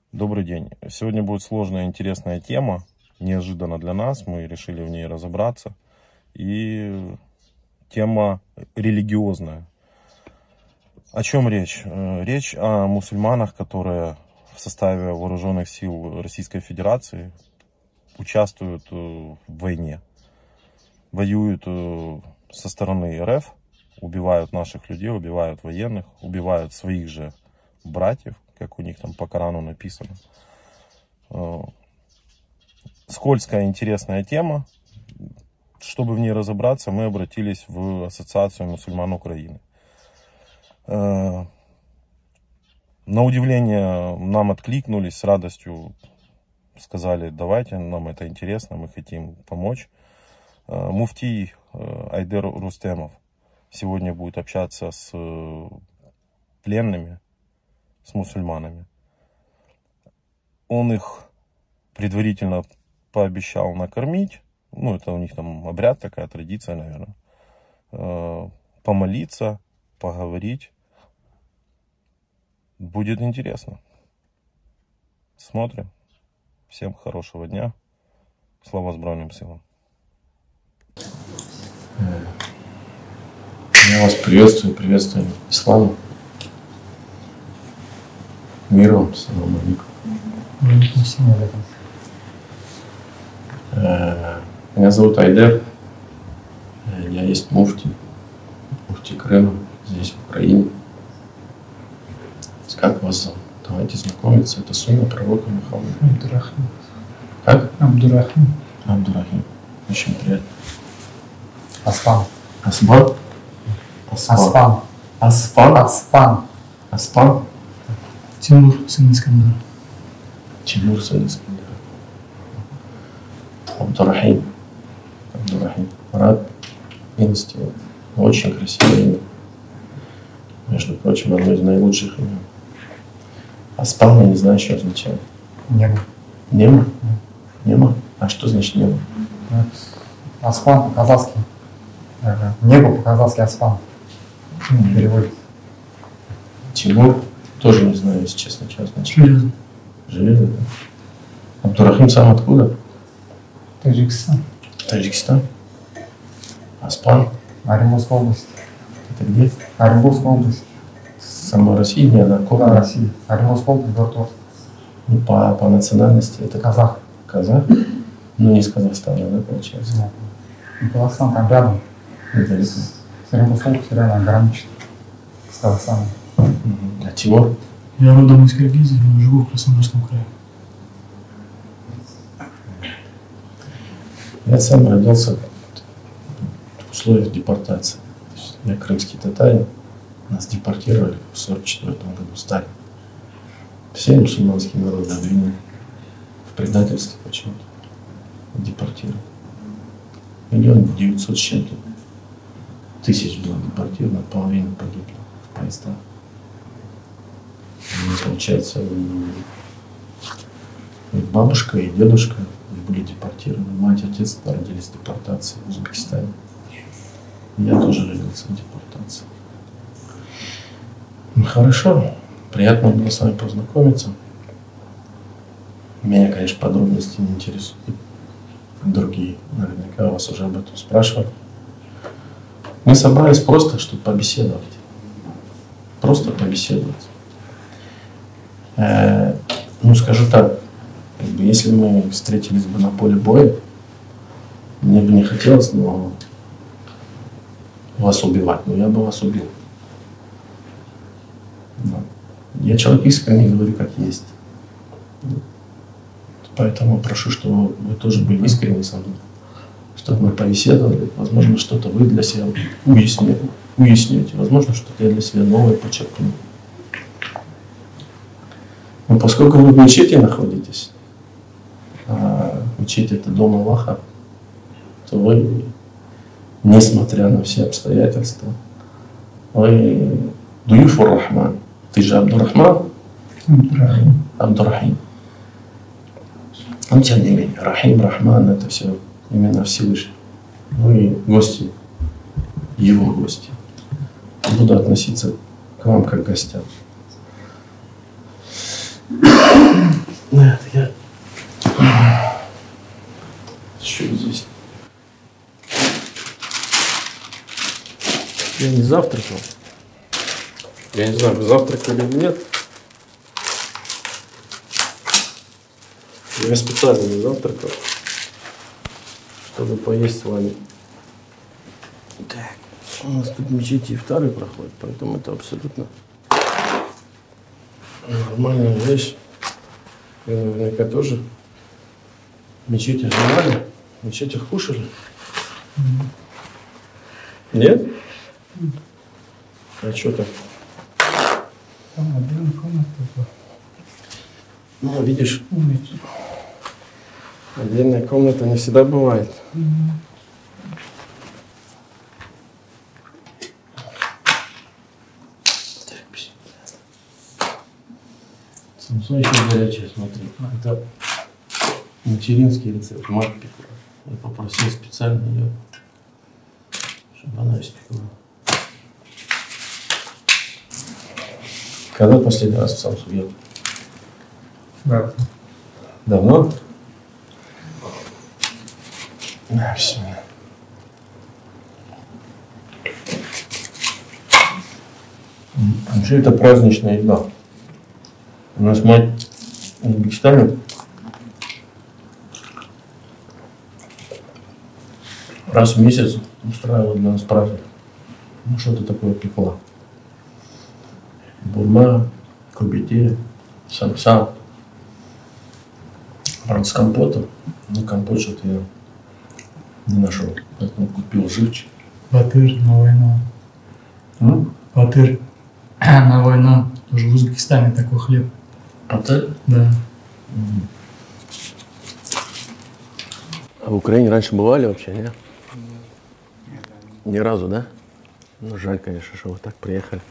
Добрый день. Сегодня будет сложная и интересная тема. Неожиданно для нас. Мы решили в ней разобраться. И тема религиозная. О чем речь? Речь о мусульманах, которые в составе вооруженных сил Российской Федерации участвуют в войне. Воюют со стороны РФ, убивают наших людей, убивают военных, убивают своих же братьев, как у них там по Корану написано. Скользкая, интересная тема. Чтобы в ней разобраться, мы обратились в Ассоциацию мусульман Украины. На удивление нам откликнулись с радостью, сказали: давайте, нам это интересно, мы хотим помочь. Муфтий Айдер Рустемов сегодня будет общаться с пленными, с мусульманами. Он их предварительно пообещал накормить. Ну, это у них там обряд, такая традиция, наверное. Помолиться, поговорить. Будет интересно. Смотрим. Всем хорошего дня. Слава Збройным силам. Я вас приветствую ислам. Мир вам, салам алейкум. Меня зовут Айдер. Я есть муфти Крыма, здесь, в Украине. Как вас зовут? Давайте знакомиться. Это сунна пророка Мухаммада. Абдурахим. Как? Абдурахим. Абдурахим. Очень приятно. Аспан. Асбан? Аспан. Аспан? Аспан. Аспан? Тимур, сын Искандера. Тимур, сын Искандера. Абдурахим. Рад видеть его. Очень красивое имя. Между прочим, одно из наилучших имен. Аспан, я не знаю, что означает. Небо. Немо? Немо? А что значит небо? Аспан по-казахски. Небо по-казахски аспан. Переводится. Тимур? Тоже не знаю, если честно, что означает. Железо. Железо, да? Абдурахим сам откуда? Таджикистан. Таджикистан? Аспан? Оренбургская область. Это где? Оренбургская область. Самой России, не она Куда Россия? Оренбургская область, город Орск. Ну, по национальности это Казах. Казах? Ну, не из Казахстана, да, получается? Нет. И Казахстан там рядом. Недалеко. С Оренбургской областью реально граничит с Казахстаном. А Тимур? Я родом из Киргизии, но живу в Краснодарском крае. Я сам родился в условиях депортации. То есть я крымский татарин, нас депортировали в 1944 году, Сталин. Все мусульманские народы обвинили в предательстве почему-то. Депортировали. 1 900 с чем-то тысяч было депортировано, половина погибла в поездах. И, получается, и бабушка, и дедушка были депортированы. Мать, отец родились в депортации в Узбекистане. Я тоже родился в депортации. Ну, хорошо. Приятно было с вами познакомиться. Меня, конечно, подробности не интересуют. Другие наверняка вас уже об этом спрашивали. Мы собрались просто, чтобы побеседовать. Просто побеседовать. Ну, скажу так. Если мы встретились бы на поле боя, мне бы не хотелось вас убивать, но я бы вас убил. Я человек искренний, говорю как есть. Поэтому прошу, чтобы вы тоже были искренни со мной, чтобы мы побеседовали. Возможно, что-то вы для себя уясните. Возможно, что-то я для себя новое подчеркну. Но поскольку вы в мечети находитесь, а мечеть — это дом Аллаха, то вы, несмотря на все обстоятельства, вы дуюфур Рахман. Ты же Абдурахман? Абдурахим. Но тем не менее, Рахим, Рахман — это все имена Всевышнего. Вы гости, его гости. Буду относиться к вам как к гостям. Нет, я еще здесь. Я не завтракал. Я не знаю, вы завтракали или нет. Я специально не завтракал, чтобы поесть с вами. Так, у нас тут мечети ифтары проходят, поэтому это абсолютно нормальная вещь. Вы наверняка тоже в мечетях знали, в мечетях кушали. Нет? А что так? Там отдельная комната была. Ну, видишь, отдельная комната не всегда бывает. Самсу еще горячее, смотри. Это материнский рецепт, мать пекла. Я попросил специально ее, чтобы она испекла. Когда последний раз в Самсу ел? Да. Давно? На, все. Вообще это праздничная еда. У нас мать в Узбекистане раз в месяц устраивала для нас праздник. Ну, что-то такое пекла. Бурма, кубите, самса. Правда, с компотом. Но компот что-то я не нашел. Поэтому купил живчик. Батыр на войну. Батыр на войну. Тоже в Узбекистане такой хлеб. Отель? Да. А в Украине раньше бывали вообще, нет? Ни разу, да? Ну, жаль, конечно, что вы так приехали.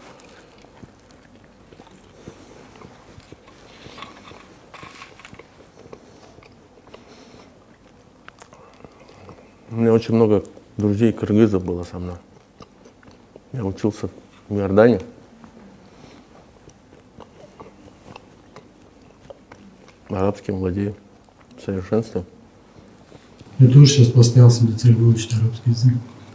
У меня очень много друзей кыргызов было со мной. Я учился в Иордании. Арабским владею в совершенстве. Я тоже сейчас поставил себе цель выучить арабский язык.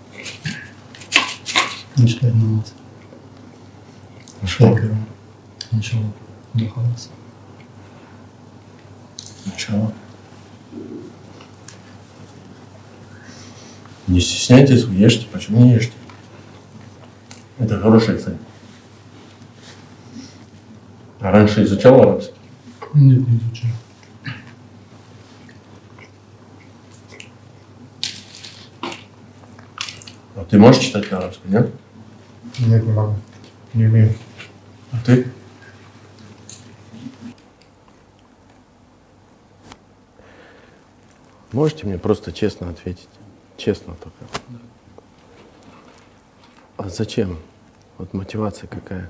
Начать на нас. Что? Начало. Нахалась. Начало. Не стесняйтесь, вы ешьте. Почему не ешьте? Это хорошая цель. А раньше изучал арабский? Нет, не изучал. А ты можешь читать на арабском, нет? Нет, не могу. Не умею. А ты? Можете мне просто честно ответить? Честно только. Да. А зачем? Вот мотивация какая?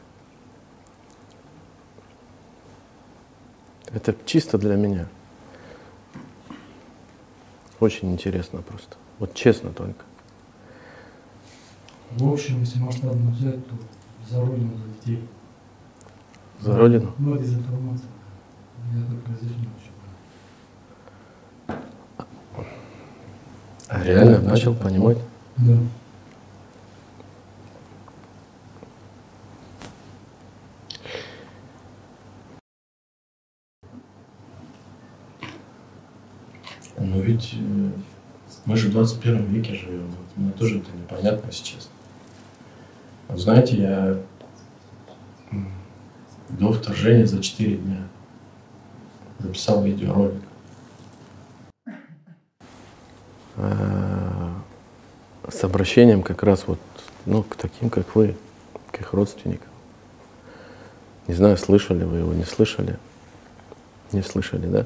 Это чисто для меня. Очень интересно просто. Вот честно только. В общем, если масштабно взять, то за родину залетели. За родину? Ну, это из информации. Я только язык не учу. А реально начал понимать? Да. Ну ведь мы же в 21 веке живем. Вот мне тоже это непонятно, если честно. Вот знаете, я до вторжения за 4 дня записал видеоролик. С обращением как раз вот, ну, к таким, как вы, к их родственникам. Не знаю, слышали вы его, не слышали? Не слышали, да?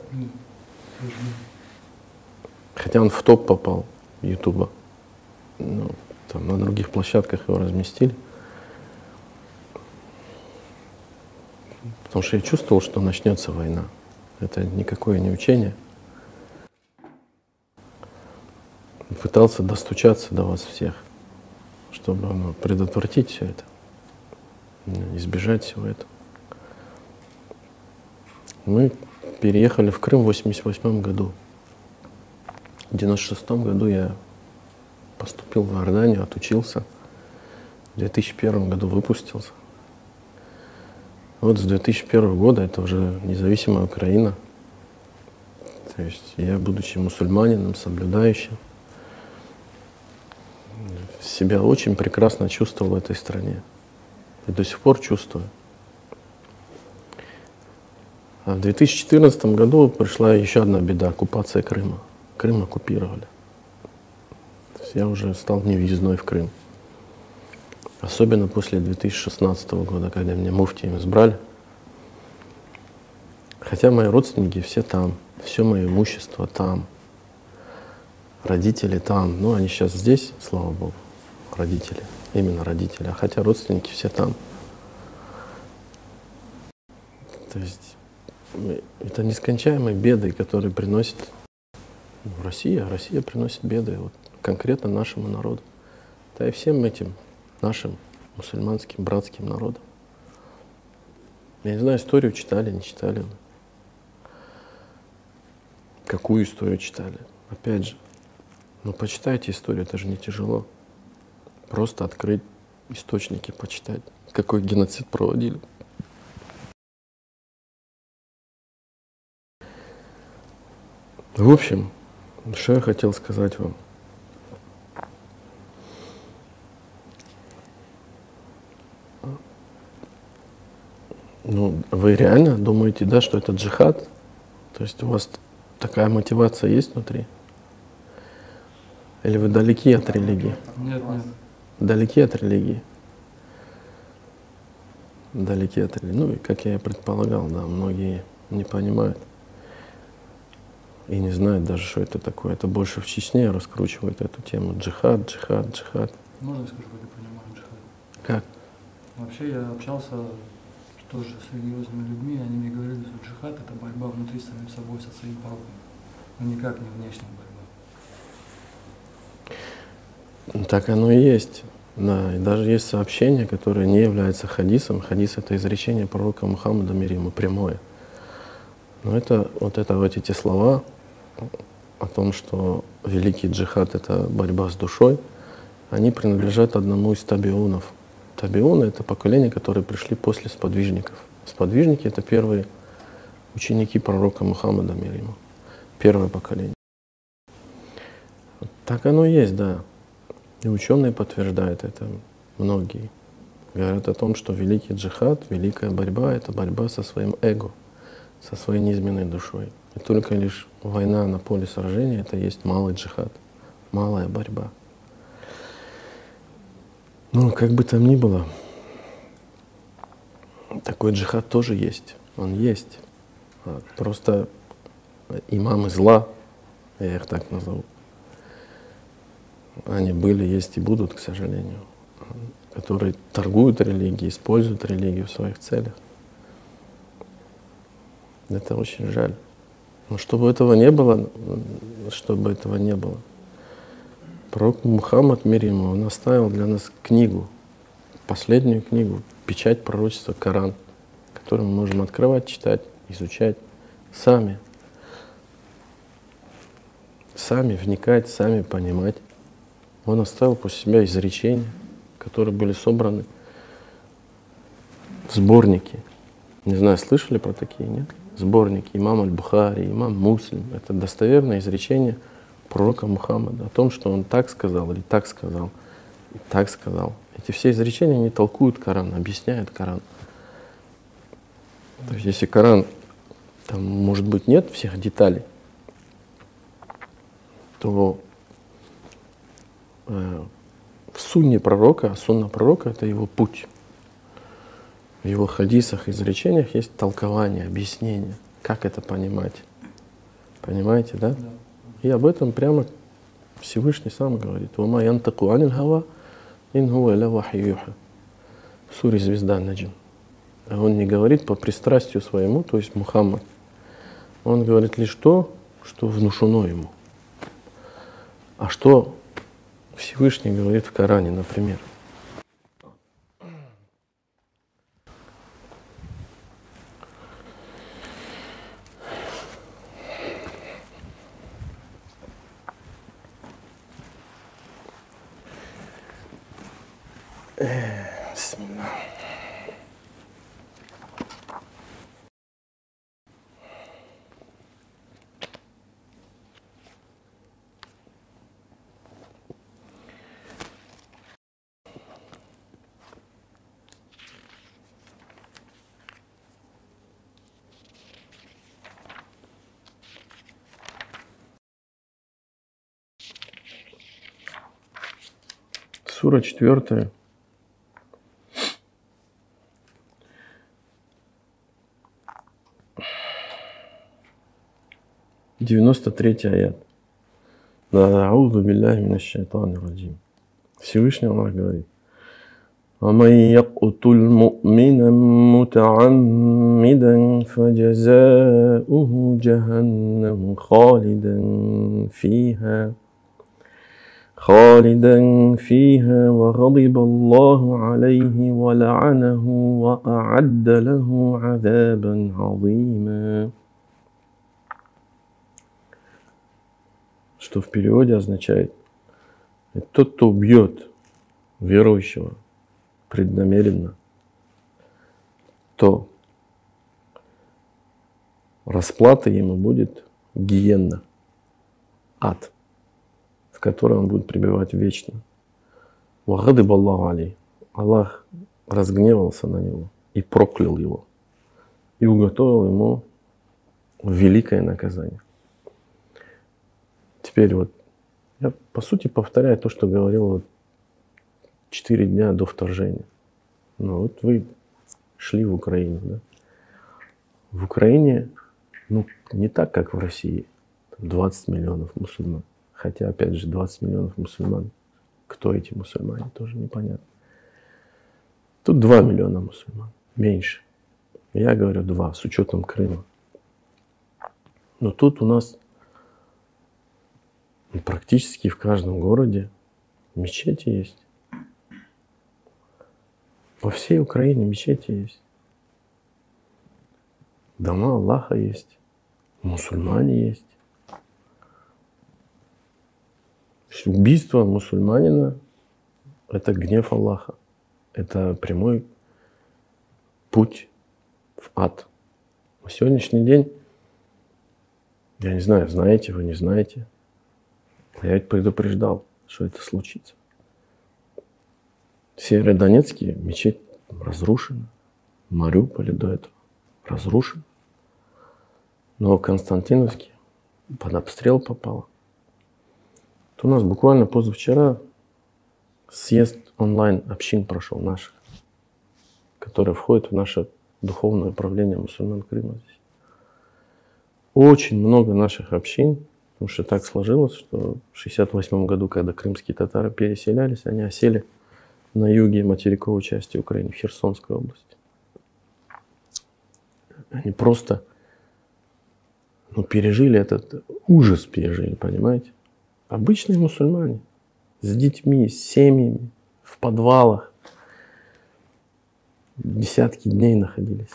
Хотя он в топ попал Ютуба. Ну, там на других площадках его разместили. Потому что я чувствовал, что начнется война. Это никакое не учение. Пытался достучаться до вас всех, чтобы предотвратить все это, избежать всего этого. Мы переехали в Крым в 1988 году. В 1996 году я поступил в Иорданию, отучился. В 2001 году выпустился. Вот с 2001 года это уже независимая Украина. То есть я, будучи мусульманином, соблюдающим, себя очень прекрасно чувствовал в этой стране. И до сих пор чувствую. А в 2014 году пришла еще одна беда — оккупация Крыма. Крым оккупировали. То есть я уже стал невъездной в Крым. Особенно после 2016 года, когда меня муфтием избрали. Хотя мои родственники все там, все мое имущество там, родители там. Ну, они сейчас здесь, слава богу, родители, именно родители. А хотя родственники все там. То есть это нескончаемые беды, которые приносит Россия. Россия приносит беды вот, конкретно нашему народу. Да и всем этим нашим мусульманским братским народам. Я не знаю, историю читали, не читали. Какую историю читали? Опять же, ну почитайте историю, это же не тяжело. Просто открыть источники, почитать, какой геноцид проводили. В общем, что я хотел сказать вам. Ну, вы реально думаете, да, что это джихад? То есть у вас такая мотивация есть внутри? Или вы далеки от религии? Нет, нет. Далеки от религии? Далеки от религии. Ну, и как я и предполагал, да, многие не понимают. И не знают даже, что это такое. Это больше в Чечне раскручивают эту тему. Джихад, джихад, джихад. Можно я скажу, как я понимаю джихад? Как? Вообще я общался тоже с религиозными людьми, и они мне говорили, что джихад — это борьба внутри самим собой, со своим пороком, но никак не внешняя борьба. Так оно и есть. Да, и даже есть сообщение, которое не является хадисом. Хадис — это изречение пророка Мухаммада, мир ему, прямое. Но это вот эти слова о том, что великий джихад — это борьба с душой, они принадлежат одному из табиунов. Табиуны — это поколение, которые пришли после сподвижников. Сподвижники — это первые ученики пророка Мухаммада, мир ему. Первое поколение. Так оно и есть, да. И ученые подтверждают это, многие. Говорят о том, что великий джихад, великая борьба — это борьба со своим эго, со своей низменной душой. И только лишь война на поле сражения — это есть малый джихад, малая борьба. Ну, как бы там ни было, такой джихад тоже есть. Он есть. Просто имамы зла, я их так назову, они были, есть и будут, к сожалению, которые торгуют религией, используют религию в своих целях. Это очень жаль. Но чтобы этого не было, пророк Мухаммад, мир ему, он оставил для нас книгу, последнюю книгу, печать пророчества, Коран, которую мы можем открывать, читать, изучать сами. Сами вникать, сами понимать. Он оставил после себя изречения, которые были собраны в сборники. Не знаю, слышали про такие, нет? Сборники имам Аль-Бухари, имам Муслим. Это достоверное изречение пророка Мухаммада о том, что он так сказал, или так сказал, и так сказал. Эти все изречения не толкуют Коран, объясняют Коран. То есть если Коран, там, может быть, нет всех деталей, то в сунне пророка, сунна пророка — это его путь. В его хадисах, изречениях есть толкование, объяснение, как это понимать. Понимаете, да? Да. И об этом прямо Всевышний сам говорит. «Вама янтаку анил хава, ин хуа илля вахью юха». В суре «Звезда Наджм». А он не говорит по пристрастию своему, то есть Мухаммад. Он говорит лишь то, что внушено ему. А что Всевышний говорит в Коране, например? Бисмилlah. Сура 4. Девяносто третий аят. Аузу билляхи минаш шайтанир раджим. Всевышний Аллах говорит: ومن يقتل مؤمنا متعمدا فجزاؤه جهنم خالدا فيها وغضب الله عليه ولعنه وأعد له عذابا عظيما. Что в переводе означает: тот, кто убьет верующего преднамеренно, то расплата ему будет гиенна, ад, в котором он будет пребывать вечно. Вагадиб Аллаху алейхи. Аллах разгневался на него и проклял его, и уготовил ему великое наказание. Теперь вот я по сути повторяю то, что говорил 4 дня до вторжения. Ну вот вы шли в Украину, да? В Украине, не так, как в России, 20 миллионов мусульман. Хотя, опять же, 20 миллионов мусульман. Кто эти мусульмане, тоже непонятно. Тут 2 миллиона мусульман, меньше. Я говорю 2, с учетом Крыма. Но тут у нас практически в каждом городе мечети есть. По всей Украине мечети есть. Дома Аллаха есть. Мусульмане есть. Убийство мусульманина – это гнев Аллаха. Это прямой путь в ад. На сегодняшний день, я не знаю, знаете вы, не знаете, я ведь предупреждал, что это случится. В Северодонецке мечеть разрушена, в Мариуполе до этого разрушена. Но в Константиновске под обстрел попало. То у нас буквально позавчера съезд онлайн общин прошел наших, который входит в наше духовное управление мусульман Крыма здесь. Очень много наших общин, потому что так сложилось, что в 1968 году, когда крымские татары переселялись, они осели на юге материковой части Украины, в Херсонской области. Они просто пережили этот ужас, понимаете? Обычные мусульмане с детьми, с семьями, в подвалах десятки дней находились.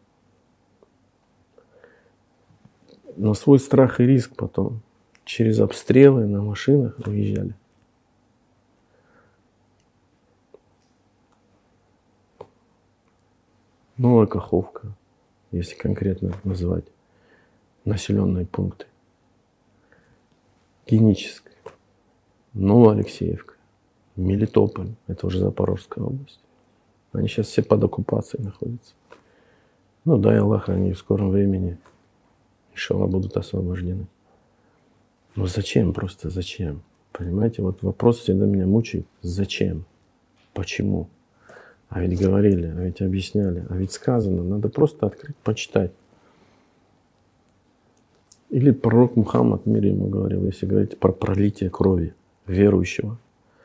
На свой страх и риск потом через обстрелы на машинах уезжали. Новая Каховка, если конкретно называть населенные пункты. Геническая, Новоалексеевка, Мелитополь, это уже Запорожская область. Они сейчас все под оккупацией находятся. Дай Аллах, они в скором времени, иншаллах, будут освобождены. Но зачем? Просто зачем? Понимаете, вот вопрос всегда меня мучает. Зачем? Почему? А ведь говорили, а ведь объясняли, а ведь сказано. Надо просто открыть, почитать. Или пророк Мухаммад, мир ему, говорил, если говорить про пролитие крови верующего.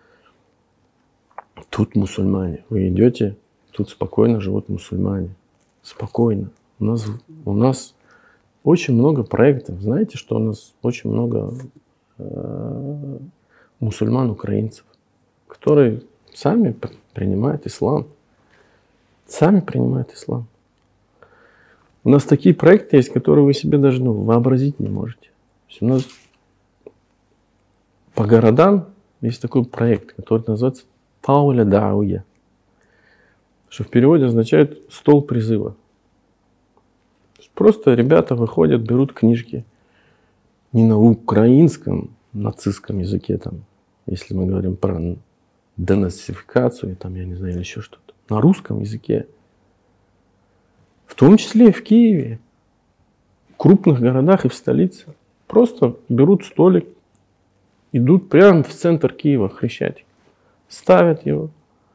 Тут мусульмане. Вы идете, тут спокойно живут мусульмане. Спокойно. У нас очень много проектов. Знаете, что у нас очень много мусульман-украинцев, которые сами принимают ислам. Сами принимают ислам. У нас такие проекты есть, которые вы себе даже вообразить не можете. То есть у нас по городам есть такой проект, который называется Тауля Дауя. что в переводе означает «стол призыва». Просто ребята выходят, берут книжки не на украинском нацистском языке, там, если мы говорим про денацификацию, там, я не знаю, или еще что-то, на русском языке, в том числе и в Киеве, в крупных городах и в столице. Просто берут столик, идут прямо в центр Киева, Хрещатик, ставят его,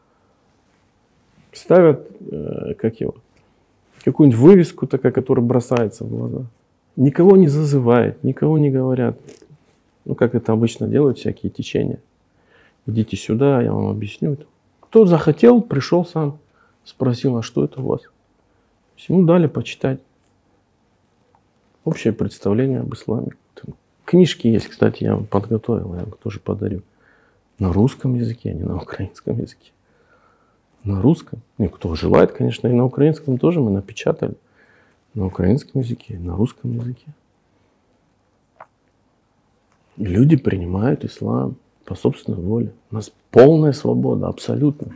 ставят, какую-нибудь вывеску такая, которая бросается в глаза. Никого не зазывает, никого не говорят. Ну, как это обычно делают всякие течения. Идите сюда, я вам объясню. Кто захотел, пришел сам, спросил, а что это у вас? Ему дали почитать. Общее представление об исламе. Книжки есть, кстати, я вам подготовил, я вам тоже подарю. На русском языке, а не на украинском языке. На русском. Ну, кто желает, конечно, и на украинском тоже мы напечатали. На украинском языке, на русском языке. И люди принимают ислам по собственной воле. У нас полная свобода, абсолютно.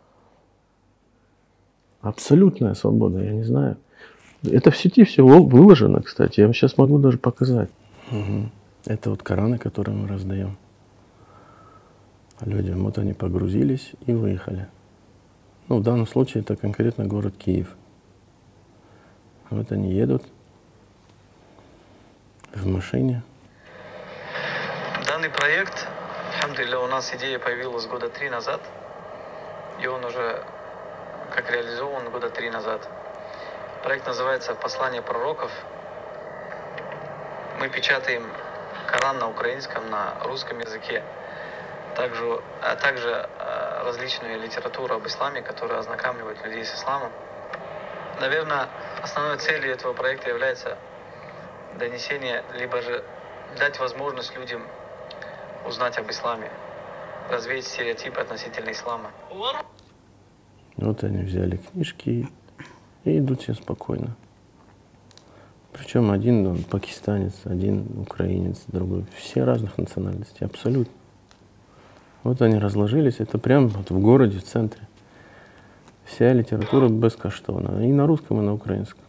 Абсолютная свобода, я не знаю. Это в сети все выложено, кстати. Я вам сейчас могу даже показать. Угу. Это вот Кораны, которые мы раздаем людям. Вот они погрузились и выехали. Ну, в данном случае это конкретно город Киев. Вот они едут в машине. Данный проект, алхамдулилля, у нас идея появилась года 3 назад. И он уже как реализован года 3 назад. Проект называется «Послание пророков». Мы печатаем Коран на украинском, на русском языке. А также различную литературу об исламе, которая ознакомливает людей с исламом. Наверное, основной целью этого проекта является донесение, либо же дать возможность людям узнать об исламе, развеять стереотипы относительно ислама. Вот они взяли книжки и идут все спокойно. Причем один он пакистанец, один украинец, другой. Все разных национальностей, абсолютно. Вот они разложились, это прямо вот в городе, в центре. Вся литература бескоштовна, и на русском, и на украинском.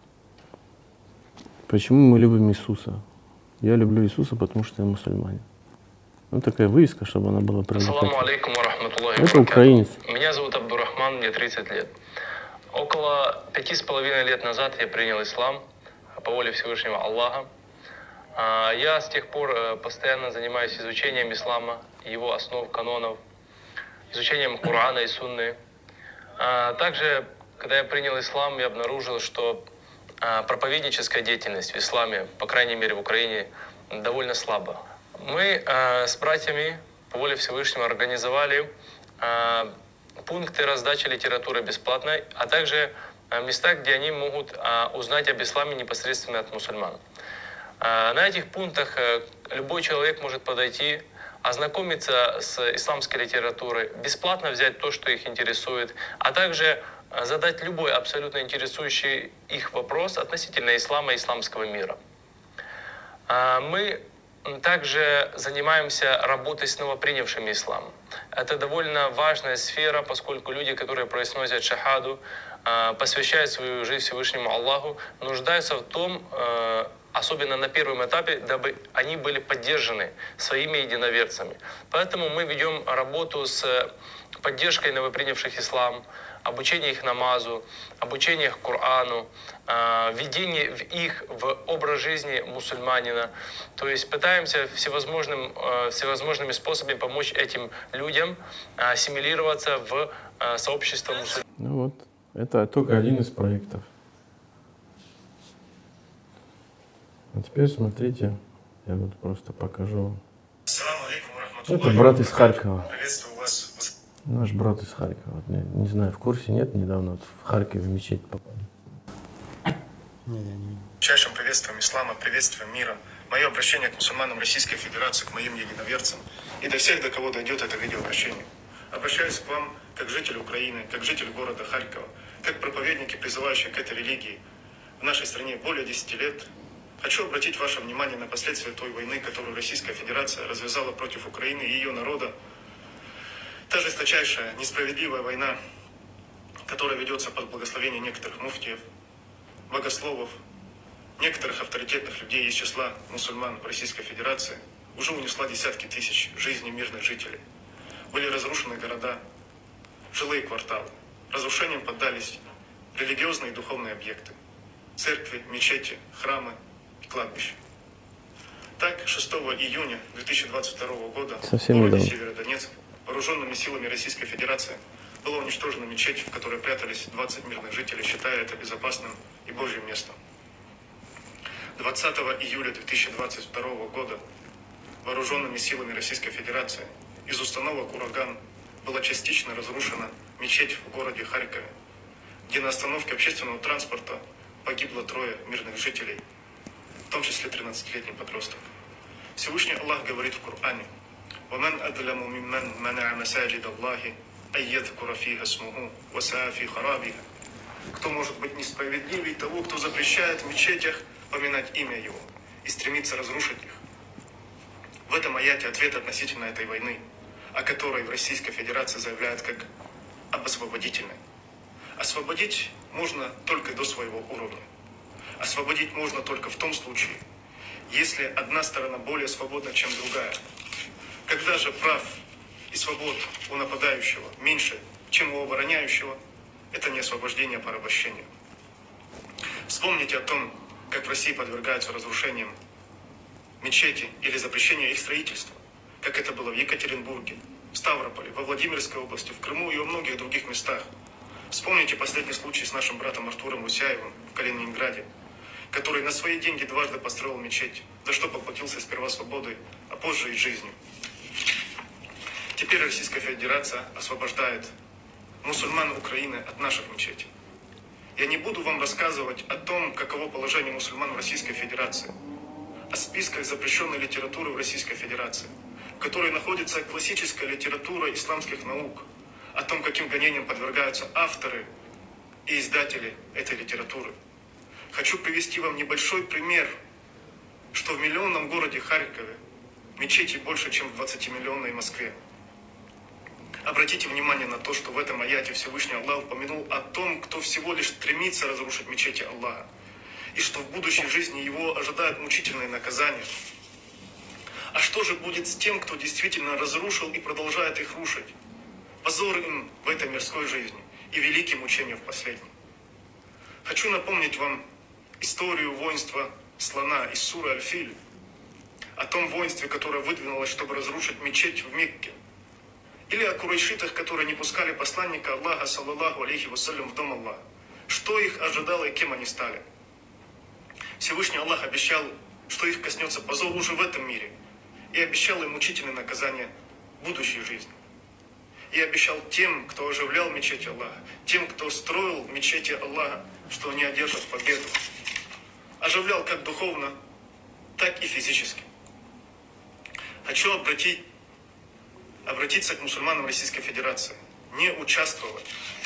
Почему мы любим Иисуса? Я люблю Иисуса, потому что я мусульманин. Ну, такая вывеска, чтобы она была привлекательной. Ассаламу алейкум ва рахматуллахи. Это украинец. Меня зовут Абдурахман, мне 30 лет. Около 5,5 лет назад я принял ислам по воле Всевышнего Аллаха. Я с тех пор постоянно занимаюсь изучением ислама, его основ, канонов, изучением Корана и Сунны. Также, когда я принял ислам, я обнаружил, что проповедническая деятельность в исламе, по крайней мере в Украине, довольно слаба. Мы с братьями по воле Всевышнего организовали пункты раздачи литературы бесплатной, а также места, где они могут узнать об исламе непосредственно от мусульман. На этих пунктах любой человек может подойти, ознакомиться с исламской литературой, бесплатно взять то, что их интересует, а также задать любой абсолютно интересующий их вопрос относительно ислама и исламского мира. Мы также занимаемся работой с новопринявшими ислам. Это довольно важная сфера, поскольку люди, которые произносят шахаду, посвящают свою жизнь Всевышнему Аллаху, нуждаются в том, особенно на первом этапе, дабы они были поддержаны своими единоверцами. Поэтому мы ведем работу с поддержкой новопринявших ислам, обучение их намазу, обучение их Корану, введение их в образ жизни мусульманина. То есть пытаемся всевозможными способами помочь этим людям ассимилироваться в сообщество мусульман. Ну вот, это только один из проектов. А теперь смотрите, я вот просто покажу. Это брат из Харькова. Приветствую вас. Наш брат из Харькова. Вот, не знаю, в курсе нет, недавно вот в Харькове в мечеть попали. Чайшим приветствием ислама, приветствием мира. Мое обращение к мусульманам Российской Федерации, к моим единоверцам и до всех, до кого дойдет это видеообращение. Обращаюсь к вам как житель Украины, как житель города Харькова, как проповедники, призывающие к этой религии. В нашей стране более 10 лет. Хочу обратить ваше внимание на последствия той войны, которую Российская Федерация развязала против Украины и ее народа. Та жесточайшая, несправедливая война которая ведется под благословение некоторых муфтиев, богословов, некоторых авторитетных людей из числа мусульман в Российской Федерации, уже унесла десятки тысяч жизней мирных жителей. Были разрушены города, жилые кварталы. Разрушениям поддались религиозные и духовные объекты, церкви, мечети, храмы и кладбища. Так, 6 июня 2022 года в городе Северодонецк вооруженными силами Российской Федерации была уничтожена мечеть, в которой прятались 20 мирных жителей, считая это безопасным и Божьим местом. 20 июля 2022 года вооруженными силами Российской Федерации из установок «Ураган» была частично разрушена мечеть в городе Харькове, где на остановке общественного транспорта погибло 3 мирных жителей, в том числе 13-летний подросток. Всевышний Аллах говорит в Коране: «Ваман адляму мимман мана'a масаджид Аллахи айядкура фиха смуху васаа фи харабиха». Кто может быть несправедливее того, кто запрещает в мечетях поминать имя его и стремится разрушить их? В этом аяте ответ относительно этой войны, о которой в Российской Федерации заявляют как об освободительной. Освободить можно только до своего уровня. Освободить можно только в том случае, если одна сторона более свободна, чем другая. Когда же прав и свобод у нападающего меньше, чем у обороняющего, это не освобождение, а порабощение. Вспомните о том, как в России подвергаются разрушениям мечети или запрещению их строительства, как это было в Екатеринбурге, в Ставрополе, во Владимирской области, в Крыму и во многих других местах. Вспомните последний случай с нашим братом Артуром Усяевым в Калининграде, который на свои деньги дважды построил мечеть, за что поплатился сперва свободой, а позже и жизнью. Теперь Российская Федерация освобождает мусульман Украины от наших мечетей. Я не буду вам рассказывать о том, каково положение мусульман в Российской Федерации, о списках запрещенной литературы в Российской Федерации, в которой находится классическая литература исламских наук, о том, каким гонениям подвергаются авторы и издатели этой литературы. Хочу привести вам небольшой пример, что в миллионном городе Харькове мечетей больше, чем в 20-миллионной Москве. Обратите внимание на то, что в этом аяте Всевышний Аллах упомянул о том, кто всего лишь стремится разрушить мечети Аллаха, и что в будущей жизни его ожидают мучительные наказания. А что же будет с тем, кто действительно разрушил и продолжает их рушить? Позор им в этой мирской жизни и великие мучения в последней. Хочу напомнить вам историю воинства слона из суры Аль-Филь, о том воинстве, которое выдвинулось, чтобы разрушить мечеть в Мекке, или о курайшитах, которые не пускали посланника Аллаха, саллаллаху алейхи вассалям, в дом Аллаха. Что их ожидало и кем они стали? Всевышний Аллах обещал, что их коснется позор уже в этом мире, и обещал им мучительное наказание в будущей жизни. И обещал тем, кто оживлял мечети Аллаха, тем, кто строил мечети Аллаха, что они одержат победу. Оживлял как духовно, так и физически. Хочу обратиться к мусульманам Российской Федерации. Не участвовать,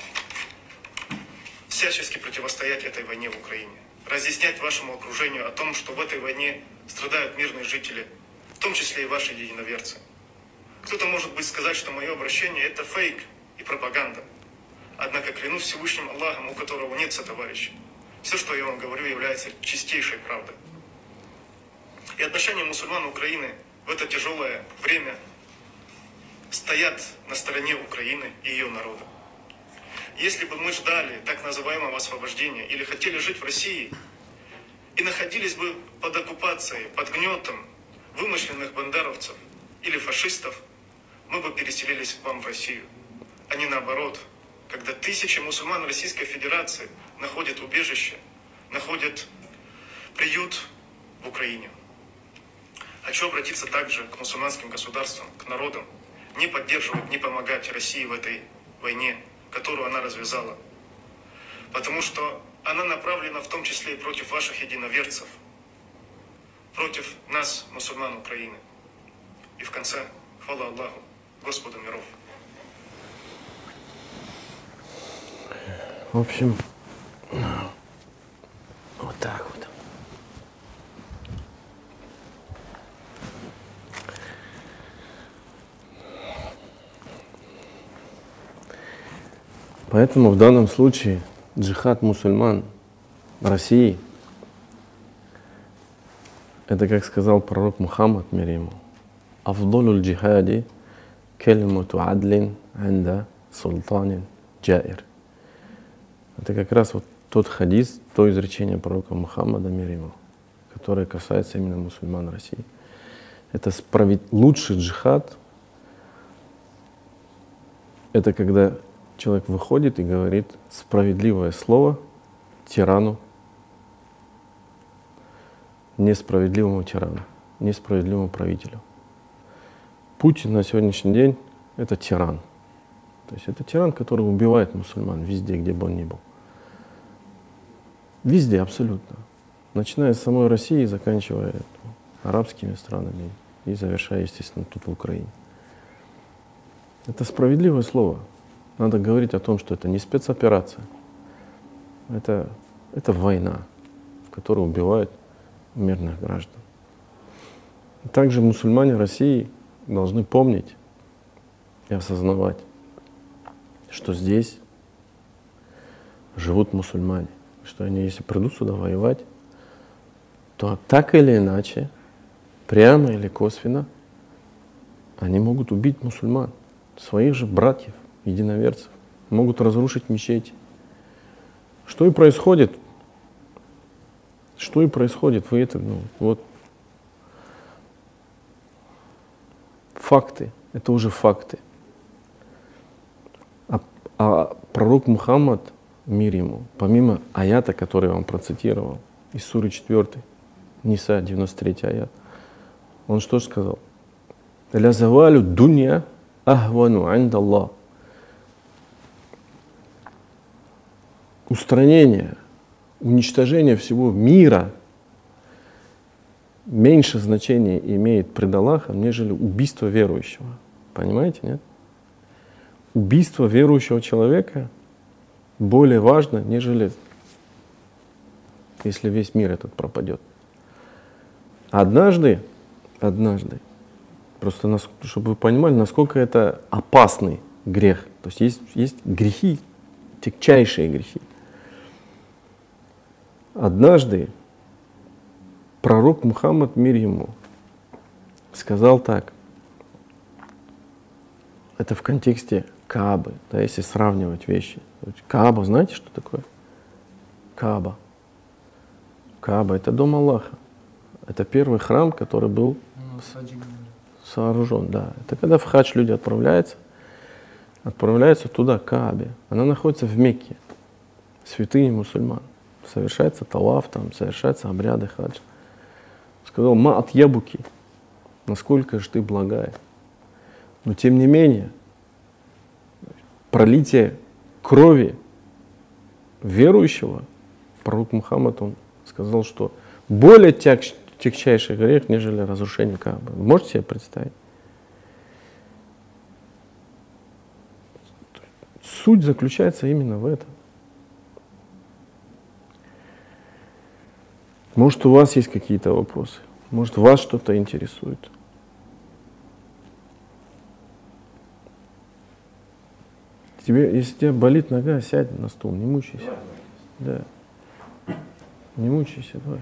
всячески противостоять этой войне в Украине. Разъяснять вашему окружению о том, что в этой войне страдают мирные жители, в том числе и ваши единоверцы. Кто-то может быть сказать, что мое обращение это фейк и пропаганда. Однако клянусь Всевышним Аллахом, у которого нет сотоварища, все, что я вам говорю, является чистейшей правдой. И отношения мусульман Украины в это тяжелое время стоят на стороне Украины и ее народа. Если бы мы ждали так называемого освобождения или хотели жить в России и находились бы под оккупацией, под гнетом вымышленных бандеровцев или фашистов, мы бы переселились к вам в Россию, а не наоборот, когда тысячи мусульман Российской Федерации находят убежище, находят приют в Украине. Хочу обратиться также к мусульманским государствам, к народам, не поддерживать, не помогать России в этой войне, которую она развязала. Потому что она направлена в том числе и против ваших единоверцев, против нас, мусульман Украины. И в конце, хвала Аллаху, Господу миров. В общем, вот так вот. Поэтому в данном случае джихад мусульман России, это, как сказал пророк Мухаммад, мир ему, «Афдолуль джихади кельмату адлин анда султанин джаир». Это как раз вот тот хадис, то изречение пророка Мухаммада, мир ему, которое касается именно мусульман России. Это лучший джихад. Это когда человек выходит и говорит справедливое слово тирану, несправедливому тирану, несправедливому правителю. Путин на сегодняшний день — это тиран. То есть это тиран, который убивает мусульман везде, где бы он ни был. Везде абсолютно. Начиная с самой России и заканчивая арабскими странами и завершая, естественно, тут в Украине. Это справедливое слово. Надо говорить о том, что это не спецоперация. Это война, в которой убивают мирных граждан. Также мусульмане России должны помнить и осознавать, что здесь живут мусульмане, что они, если придут сюда воевать, то так или иначе, прямо или косвенно, они могут убить мусульман, своих же братьев, единоверцев, могут разрушить мечети. Что и происходит. Что и происходит. Вы это, вот факты. Это уже факты. А пророк Мухаммад, мир ему, помимо аята, который я вам процитировал, из суры 4, Ниса, 93 аят, он что же сказал? «Ля завалю дунья ахвану анда Аллах». Устранение, уничтожение всего мира меньше значения имеет пред Аллахом, нежели убийство верующего. Понимаете, нет? Убийство верующего человека более важно, нежели если весь мир этот пропадет. Однажды, просто чтобы вы понимали, насколько это опасный грех. То есть есть грехи, тягчайшие грехи. Однажды пророк Мухаммад, мир ему, сказал так. Это в контексте Каабы, да, если сравнивать вещи. Кааба, знаете, что такое? Кааба. Кааба — это дом Аллаха. Это первый храм, который был сооружен. Да. Это когда в хадж люди отправляются туда, к Каабе. Она находится в Мекке, святыни мусульман. Совершается талаф, там совершаются обряды хаджа. Сказал: «Ма от ябуки, насколько же ты благая». Но тем не менее, пролитие крови верующего, пророк Мухаммад, он сказал, что более тягчайший грех, нежели разрушение Каабы. Можете себе представить? Суть заключается именно в этом. Может, у вас есть какие-то вопросы? Может, вас что-то интересует? Если тебя болит нога, сядь на стул, не мучайся. Да. Не мучайся, давай.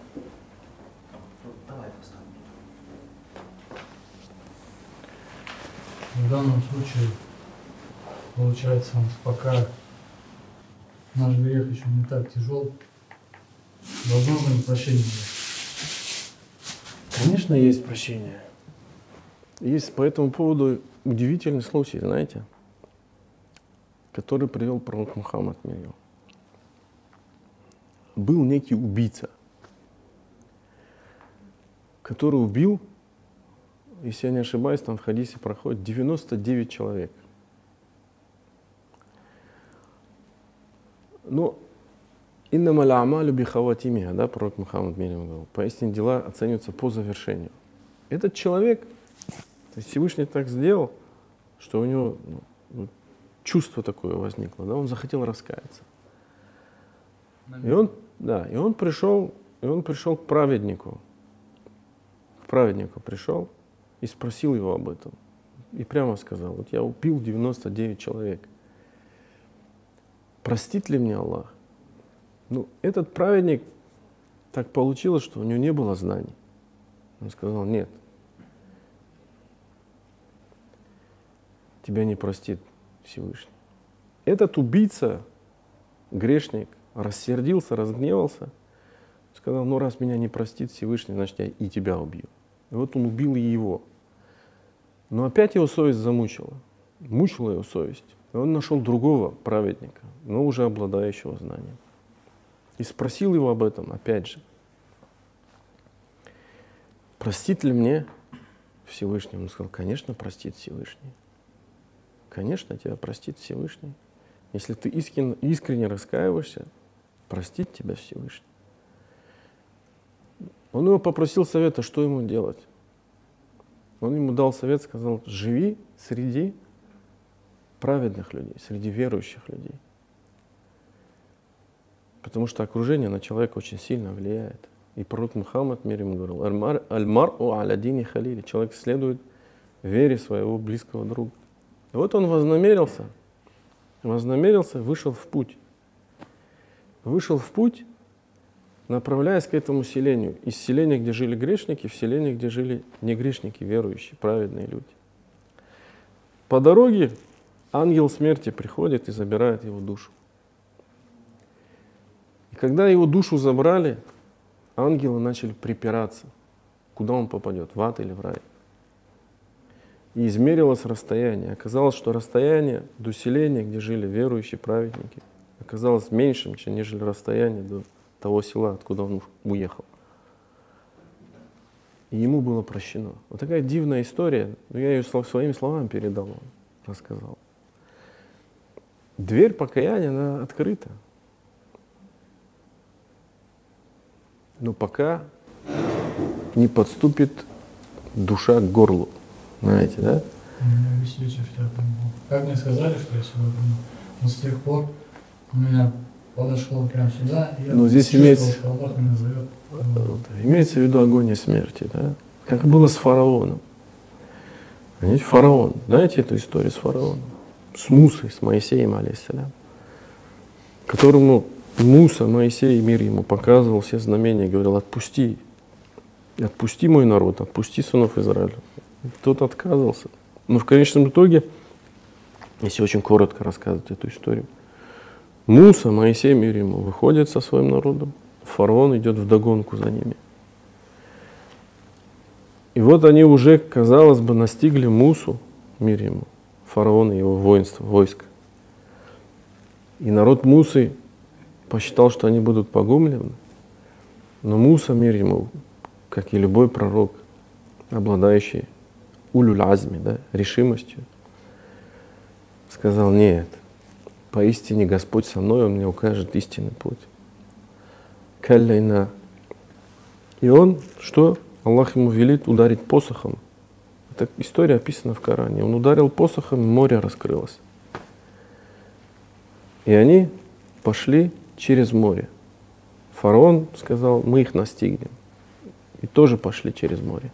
В данном случае, получается, пока наш грех еще не так тяжел, возможно ли прощение? Конечно, есть прощение. Есть по этому поводу удивительный случай, знаете, который привел пророк Мухаммад. Был некий убийца, который убил, если я не ошибаюсь, там в хадисе проходит 99 человек. Но «Иннама ля-амалю би-хаватимиха», да, пророк Мухаммад говорил, поистине дела оцениваются по завершению. Этот человек, то есть Всевышний так сделал, что у него чувство такое возникло, да, он захотел раскаяться. И он пришел к праведнику. К праведнику пришел и спросил его об этом. И прямо сказал: вот я убил 99 человек. простит ли мне Аллах? Ну, этот праведник, так получилось, что у него не было знаний. Он сказал, нет, тебя не простит Всевышний. Этот убийца, грешник, рассердился, разгневался, сказал, ну раз меня не простит Всевышний, значит я и тебя убью. И вот он убил и его. Но опять его совесть замучила. Мучила его совесть. И он нашел другого праведника, но уже обладающего знанием. И спросил его об этом, опять же. Простит ли мне Всевышний? Он сказал, конечно, простит Всевышний. Конечно, тебя простит Всевышний. Если ты искренне раскаиваешься, простит тебя Всевышний. Он его попросил совета, что ему делать. Он ему дал совет, сказал, живи среди праведных людей, среди верующих людей. Потому что окружение на человека очень сильно влияет. И пророк Мухаммад, мир ему, говорил, аль-мар'у аля дини халили. Человек следует вере своего близкого друга. И вот он вознамерился, вышел в путь. Вышел в путь, направляясь к этому селению. Из селения, где жили грешники, в селение, где жили не грешники, верующие, праведные люди. По дороге ангел смерти приходит и забирает его душу. И когда его душу забрали, ангелы начали припираться, куда он попадет, в ад или в рай. И измерилось расстояние. Оказалось, что расстояние до селения, где жили верующие праведники, оказалось меньшим, чем нежели расстояние до того села, откуда он уехал. И ему было прощено. Вот такая дивная история. Но я ее своими словами передал вам, рассказал. Дверь покаяния, она открыта. Но пока не подступит душа к горлу. Знаете, да? У меня весь вечер вчера там был. Как мне сказали, что я сюда приду, но с тех пор у меня подошло прямо сюда, и я здесь чувствовал, что Аллах меня зовет. Имеется в виду агония смерти, да? Как было с фараоном. Знаете, фараон, знаете эту историю с фараоном? С Мусой, с Моисеем, алейхиссалям, которому Муса, Моисей, мир ему показывал все знамения, говорил, отпусти мой народ, отпусти сынов Израиля. Тот отказывался. Но в конечном итоге, если очень коротко рассказывать эту историю, Муса, Моисей, мир ему, выходит со своим народом, фараон идет вдогонку за ними. И вот они уже, казалось бы, настигли Мусу, мир ему, фараона и его воинство, войско. И народ Мусы посчитал, что они будут погублены. Но Муса, мир ему, как и любой пророк, обладающий улюль азми, да, решимостью, сказал, нет, поистине Господь со мной, Он мне укажет истинный путь. Каллайна. И он, что? Аллах ему велит ударить посохом. Эта история описана в Коране. Он ударил посохом, море раскрылось. И они пошли через море. Фараон сказал, мы их настигнем. И тоже пошли через море.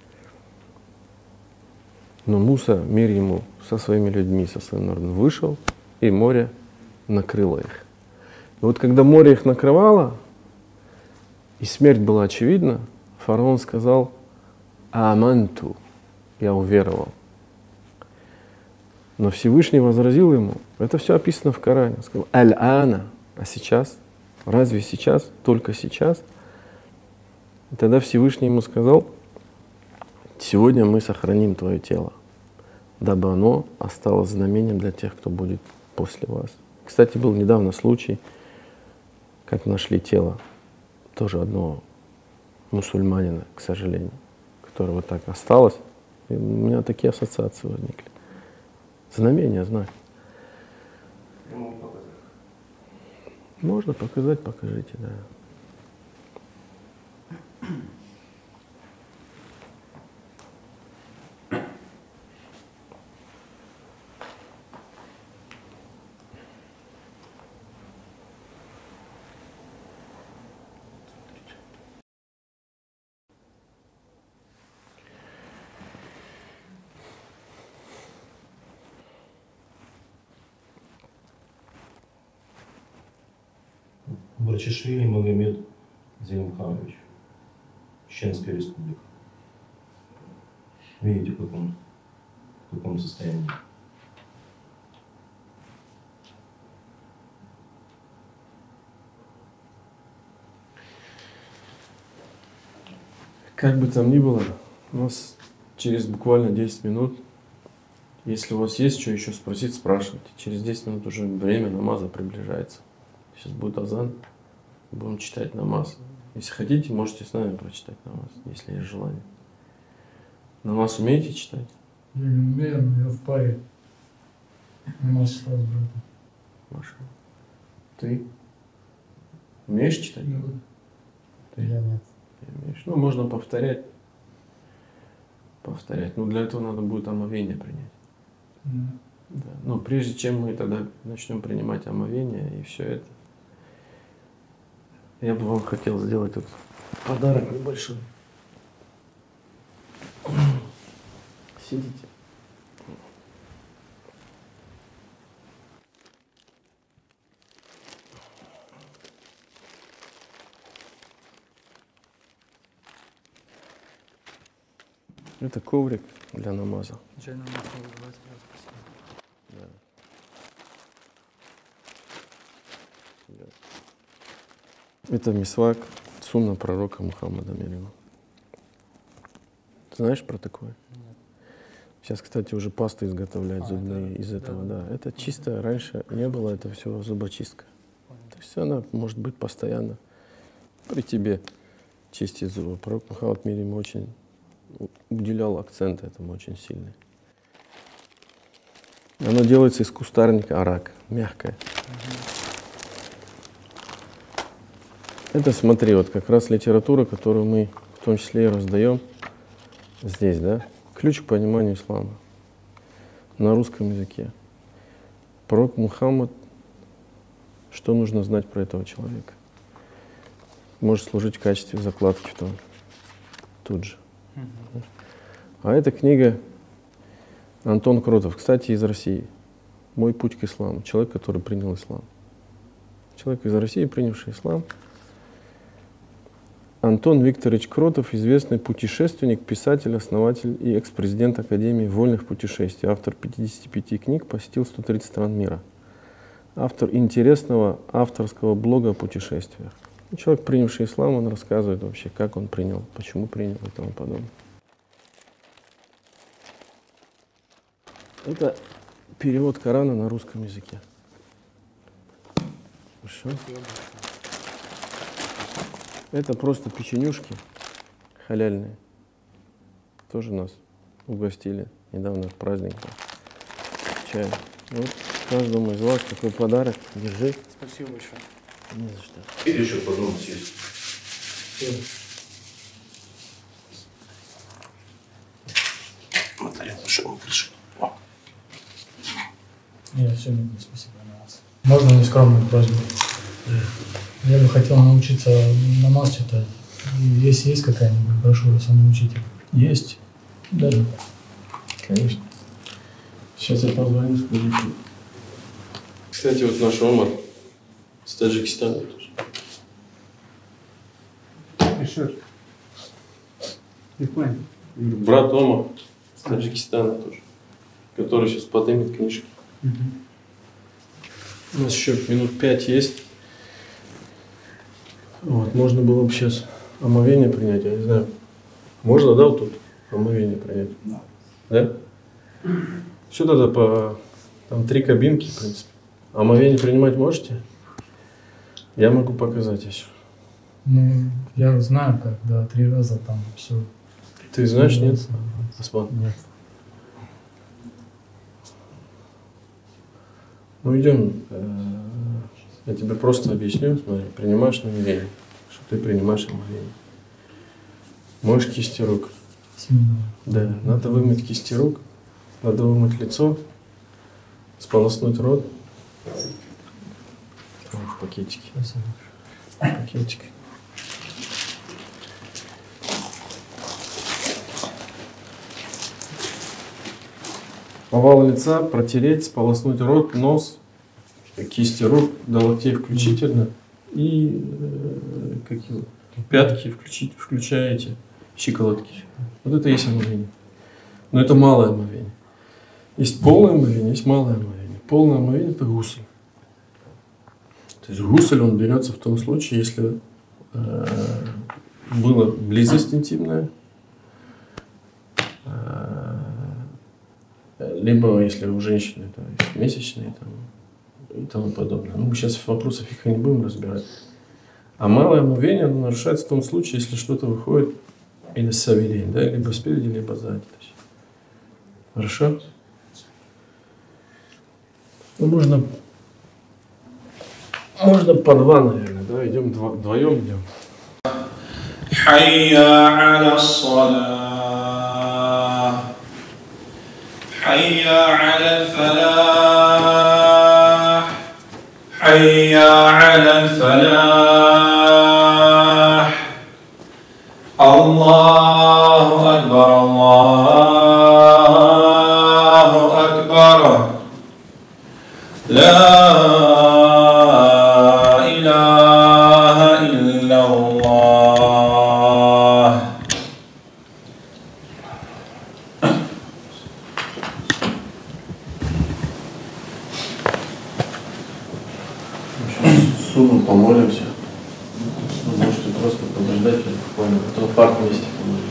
Но Муса, мир ему, со своими людьми, со своим народом вышел, и море накрыло их. И вот когда море их накрывало, и смерть была очевидна, фараон сказал, аманту, я уверовал. Но Всевышний возразил ему, это все описано в Коране, он сказал, аль-ана, а сейчас, разве сейчас, только сейчас? И тогда Всевышний ему сказал, сегодня мы сохраним твое тело, дабы оно осталось знамением для тех, кто будет после вас. Кстати, был недавно случай, как нашли тело тоже одного мусульманина, к сожалению, которое вот так осталось. И у меня такие ассоциации возникли. Знамение, знак. Можно показать, покажите, да. Барчишвили Магомед Зелимханович, Чеченская республика. Видите, в каком состоянии. Как бы там ни было, у нас через буквально 10 минут, если у вас есть что еще спросить, спрашивайте. Через 10 минут уже время намаза приближается. Сейчас будет азан, будем читать намаз. Если хотите, можете с нами прочитать намаз, если есть желание. Намаз умеете читать? Я не умею, но я в паре. Намаз читал с братом. Маша, ты умеешь читать? Я нет. Умеешь? Ну, можно повторять. Повторять. Но для этого надо будет омовение принять. Да. Но прежде чем мы тогда начнем принимать омовение и все это, я бы вам хотел сделать вот подарок небольшой. Сидите. Это коврик для намаза. Чай намаз называется, спасибо. Да. Это мисвак, сунна пророка Мухаммада мир ему. Ты знаешь про такое? Нет. Сейчас, кстати, уже пасты изготовляют зубные из этого, да. Это чисто, раньше не было, это все зубочистка. То есть она может быть постоянно при тебе чистить зубы. Пророк Мухаммад мир ему очень уделял акцент этому очень сильный. Оно делается из кустарника арак, мягкое. Это, смотри, вот как раз литература, которую мы в том числе и раздаем здесь, да? Ключ к пониманию ислама на русском языке. Пророк Мухаммад, что нужно знать про этого человека? Может служить в качестве закладки в том, тут же. А эта книга Антон Кротов, кстати, из России. «Мой путь к исламу». Человек, который принял ислам. Человек из России, принявший ислам. Антон Викторович Кротов, известный путешественник, писатель, основатель и экс-президент Академии вольных путешествий. Автор 55 книг, посетил 130 стран мира. Автор интересного авторского блога о путешествиях. Человек, принявший ислам, он рассказывает вообще, как он принял, почему принял и тому подобное. Это перевод Корана на русском языке. Хорошо. Это просто печенюшки халяльные. Тоже нас угостили недавно, праздник был. Чай. Вот каждому из вас такой подарок. Держи. Спасибо большое. Не за что. Или еще подумать есть. Смотри, что он пишет. Нет, все, не будет, спасибо на вас. Можно нескромную просьбу? Я бы хотел научиться намаз читать. И если есть какая-нибудь брошюра самоучитель? Есть? Да. Конечно. Сейчас я позвоню, скажу. Кстати, вот наш Омар с Таджикистана тоже. Брат Омар с Таджикистана тоже, который сейчас поднимет книжки. У нас еще минут 5 есть. Вот, можно было бы сейчас омовение принять, я не знаю. Можно, да, вот тут омовение принять? Да. Да? Все тогда по... Там 3 кабинки, в принципе. Омовение принимать можете? Я могу показать еще. Ну, я знаю, как, да, 3 раза там все. Ты знаешь, нет? Осман? Нет. Ну, идем. Я тебе просто объясню. Смотри, принимаешь намерение, что ты принимаешь омовение. Моешь кисти рук. Сильно. Да, надо вымыть кисти рук, надо вымыть лицо, сполоснуть рот. Там в пакетике. Спасибо. Пакетик. Овал лица протереть, сполоснуть рот, нос, кисти рук до локтей включительно и пятки включаете, щиколотки. Вот это и есть омовение. Но это малое омовение. Есть полное омовение, есть малое омовение. Полное омовение – это гусль. То есть гусль, он берется в том случае, если была близость интимная, либо если у женщины есть месячные и тому подобное. Ну, мы сейчас вопросы фикха не будем разбирать. А малое омовение оно нарушается в том случае, если что-то выходит или с савелей, да, либо спереди, либо сзади. Хорошо? Ну, можно по два, наверное, да, идем вдвоем идем. Хайя аля салах, хайя аля фалах, хайя аля фалах. Аллаху акбар, Аллаху акбар. لا إله إلا الله. Сунну помолимся. Вы можете просто подождать буквально, потом фарт вместе помолимся.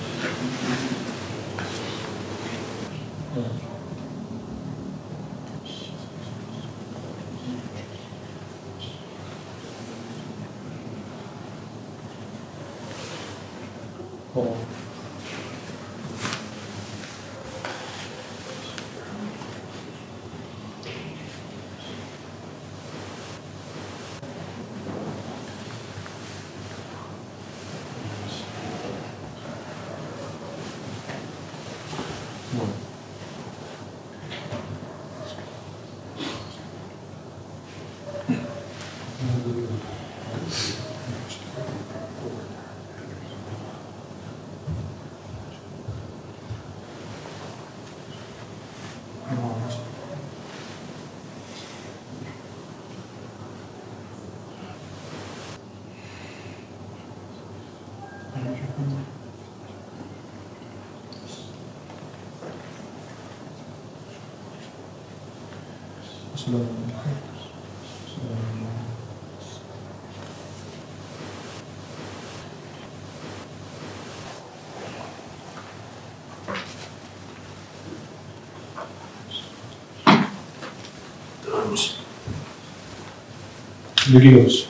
Двигаемся.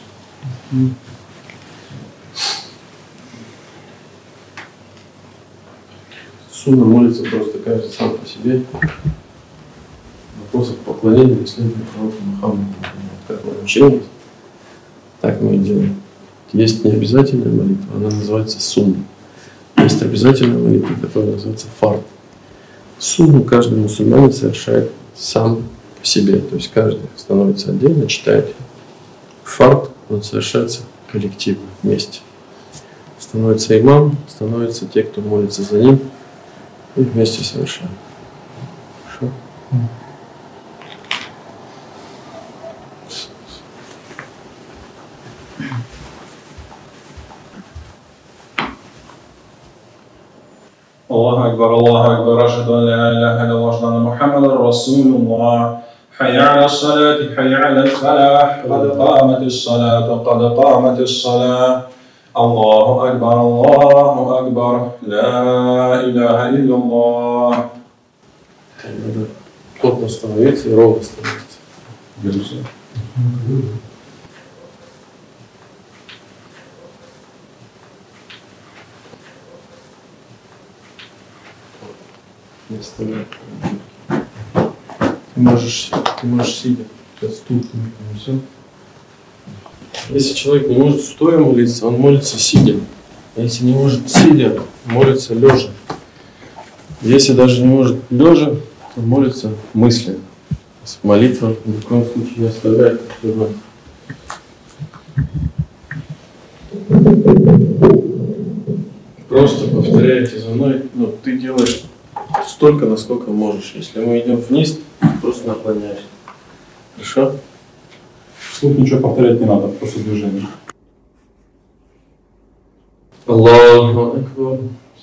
Сунна молится просто каждый сам по себе. Вопросов поклонения не следует пророку Мухаммаду. Как мы учили, так мы и делаем. Есть необязательная молитва, она называется сунна. Есть обязательная молитва, которая называется фард. Сунну каждый мусульманин совершает сам по себе. То есть каждый становится отдельно, читает. Фард, он совершается коллективно, вместе. Становится имам, становятся те, кто молится за ним, и вместе совершаем. Хорошо? الله أكبر الله أكبر أشهد أن لا إله إلا الله أشهد أن محمدا رسول الله حي على الصلاة حي على الفلاح قد قامت الصلاة قد قامت الصلاة الله أكبر لا إله إلا الله. Надо плотно становиться и ровно становиться. Держи. Не оставляй. Ты можешь сидя. Сейчас стул принесем. Если человек не может стоя молиться, он молится сидя. А если не может сидя, молится лежа. Если даже не может лежа, то молится мысленно. Молитва ни в коем случае не оставляет. Просто повторяйте за мной. Ну, ты делаешь столько, насколько можешь. Если мы идем вниз, просто наклоняешься. Хорошо? Вслух ничего повторять не надо, просто движение. Allahu Akbar.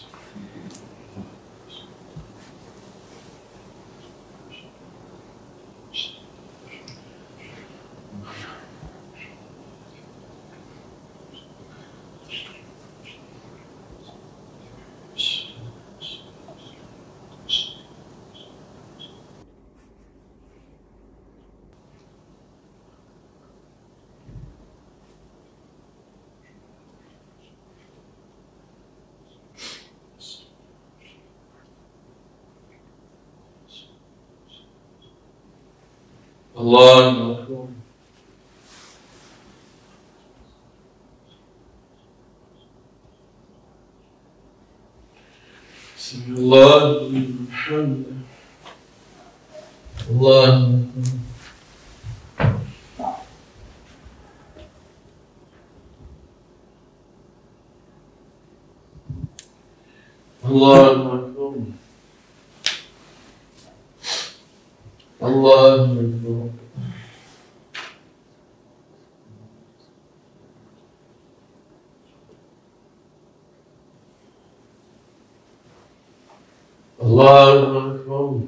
Allahu Akbar. Allahu Akbar. Allahu Akbar. Allahu Akbar. Allahu Akbar. Allahu Akbar.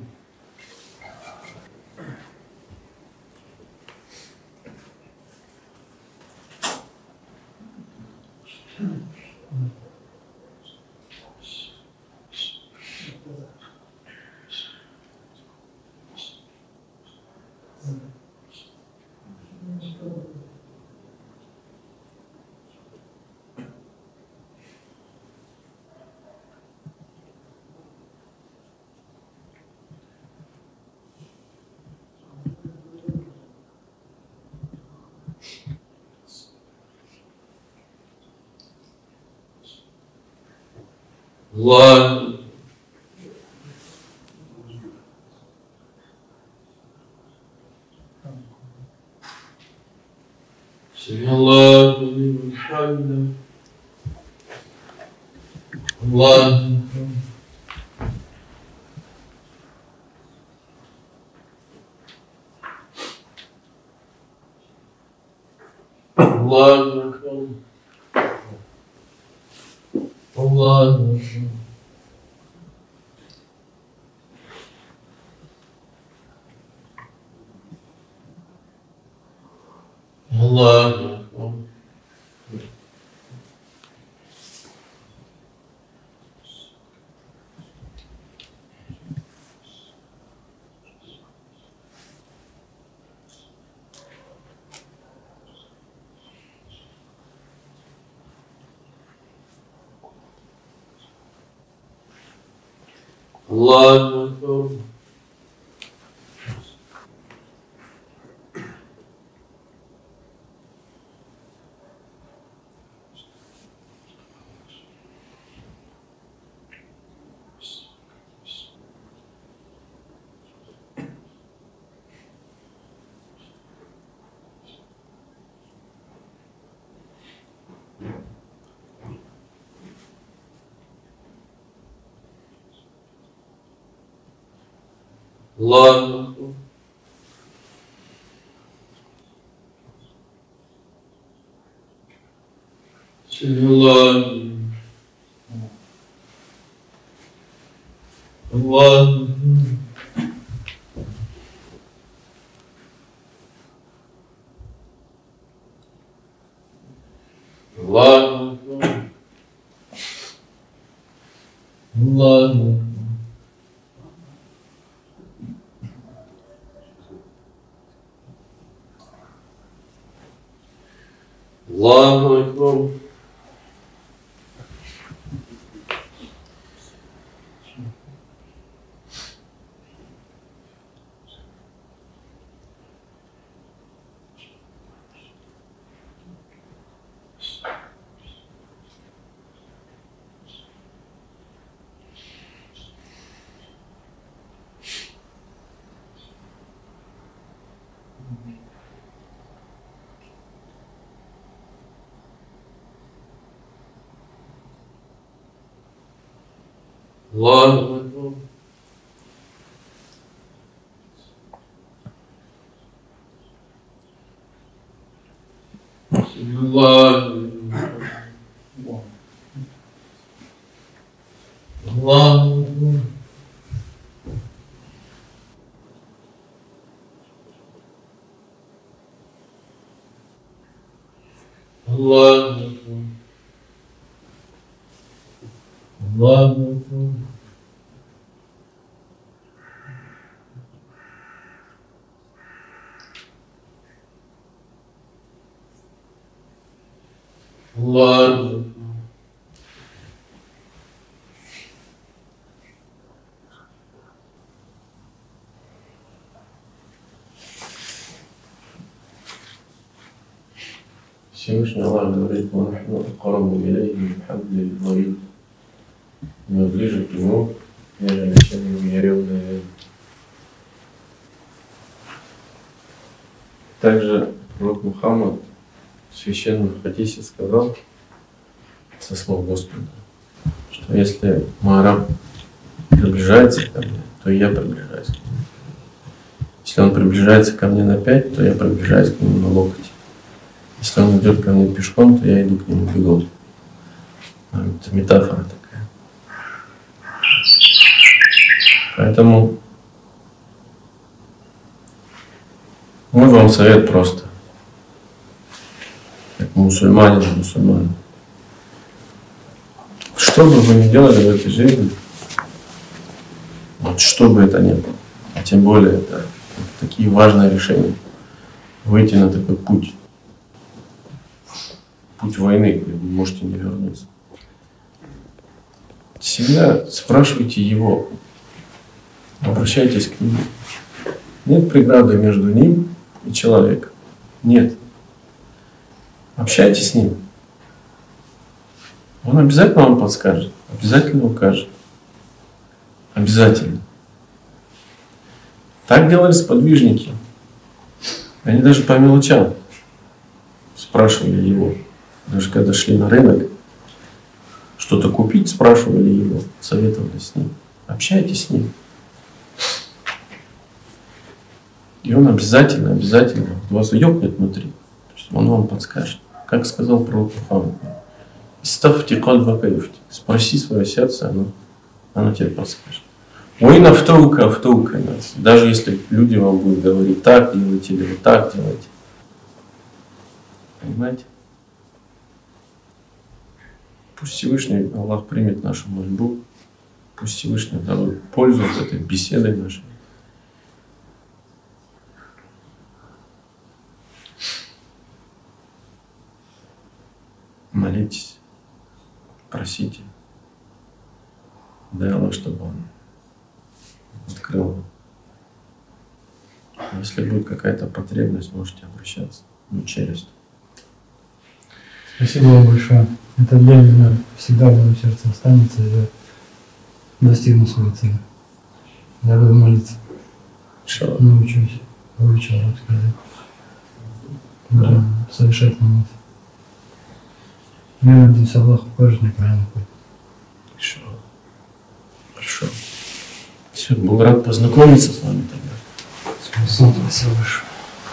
Allah. Sami Allah liman hamdah. Allah. Allahu Akbar. Allahu Akbar. Allahu Akbar. Allahu Akbar. Allahu Akbar. Sami Allah. Allahu Allahu Akbar. Allahu Allahu Akbar. Allahu Akbar. Sami Allah. Аллаху Аллаху Аллаху Аллаху Всевышний Аллах говорит: мы ближе к Нему, нежели чем умеренные. Также пророк Мухаммад в священном хадисе сказал со слов Господа, что если мой раб приближается ко мне, то и я приближаюсь к нему. Если он приближается ко мне на 5, то я приближаюсь к нему на локоть. Если он идет ко мне пешком, то я иду к нему бегом. Это метафора такая. Поэтому мой вам совет просто. Как мусульманин. Что бы вы ни делали в этой жизни, вот что бы это ни было, а тем более это такие важные решения, выйти на такой путь войны, где вы можете не вернуться. Всегда спрашивайте его, обращайтесь к нему. Нет преграды между ним и человеком. Нет. Общайтесь с ним. Он обязательно вам подскажет, обязательно укажет. Обязательно. Так делали сподвижники. Они даже по мелочам спрашивали его. Даже когда шли на рынок, что-то купить, спрашивали его, советовались с ним. Общайтесь с ним. И он обязательно вас ёкнет внутри. То есть он вам подскажет. Как сказал пророк Мухаммад: «Истафти кальбака юфти». Спроси свое сердце, оно тебе подскажет. Ой, нафтаука. Даже если люди вам будут говорить: так делайте или вот так делайте. Понимаете? Пусть Всевышний Аллах примет нашу мольбу, пусть Всевышний дарует пользу от этой беседы нашей. Молитесь, просите. Дай Аллах, чтобы Он открыл. Если будет какая-то потребность, можете обращаться. Через. Спасибо вам большое. Это для меня всегда в моем сердце останется, и я достигну своей цели. Я буду молиться. Научусь выучить арабский язык. Буду совершать намаз. Я надеюсь, Аллах укажет мне правильный путь. Хорошо. Все, был рад познакомиться с вами тогда. Спасибо большое.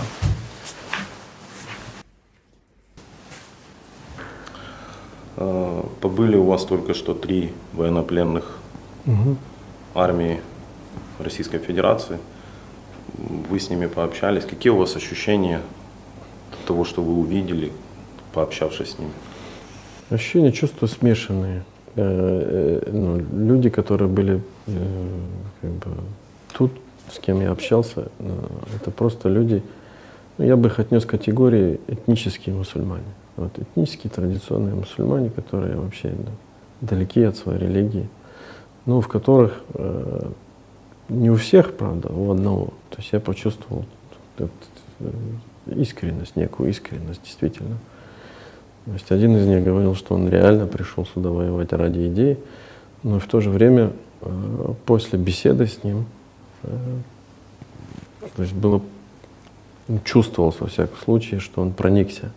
Побыли у вас только что 3 военнопленных армии Российской Федерации. Вы с ними пообщались. Какие у вас ощущения от того, что вы увидели, пообщавшись с ними? Ощущения, чувства смешанные. Люди, которые были тут, с кем я общался, это просто люди, я бы их отнес к категории этнические мусульмане. Вот, этнические традиционные мусульмане, которые вообще далеки от своей религии, но в которых не у всех, правда, а у одного. То есть я почувствовал искренность, некую искренность, действительно. То есть один из них говорил, что он реально пришел сюда воевать ради идей, но в то же время после беседы с ним, то есть чувствовалось во всяком случае, что он проникся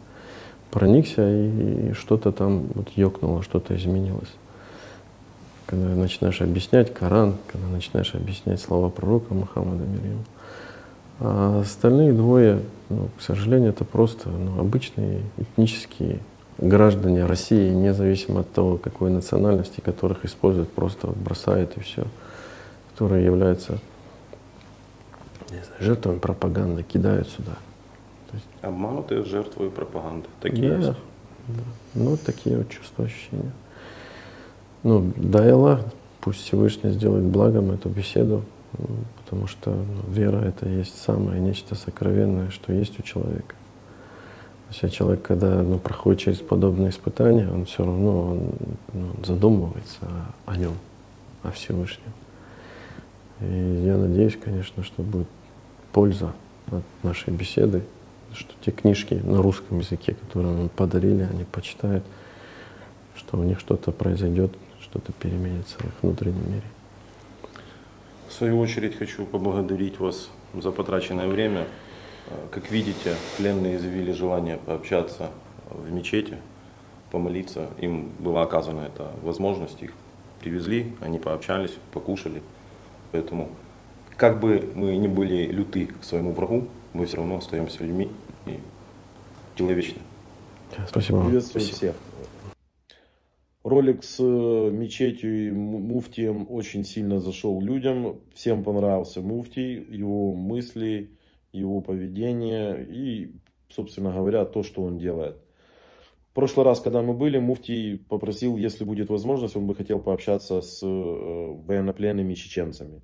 и что-то там вот ёкнуло, что-то изменилось. Когда начинаешь объяснять Коран, когда начинаешь объяснять слова пророка Мухаммада мир ему. А остальные двое, к сожалению, это просто обычные этнические граждане России, независимо от того, какой национальности, которых используют, просто вот бросают и все, которые являются, не знаю, жертвами пропаганды, кидают сюда. Обманутые жертвы пропаганды. Такие Да, есть. да. Ну, такие вот чувства, ощущения. Ну, дай Аллах, пусть Всевышний сделает благом эту беседу, потому что вера — это есть самое нечто сокровенное, что есть у человека. Если человек, когда проходит через подобные испытания, он все равно он задумывается о нем, о Всевышнем. И я надеюсь, конечно, что будет польза от нашей беседы, что те книжки на русском языке, которые нам подарили, они почитают, что у них что-то произойдет, что-то переменится в их внутреннем мире. В свою очередь хочу поблагодарить вас за потраченное время. Как видите, пленные изъявили желание пообщаться в мечети, помолиться. Им была оказана эта возможность, их привезли, они пообщались, покушали. Поэтому, как бы мы ни были люты к своему врагу, мы все равно остаемся людьми и человечны. Спасибо вам. Приветствую всех. Ролик с мечетью и муфтием очень сильно зашел людям. Всем понравился муфтий, его мысли, его поведение и, собственно говоря, то, что он делает. В прошлый раз, когда мы были, муфтий попросил, если будет возможность, он бы хотел пообщаться с военнопленными чеченцами.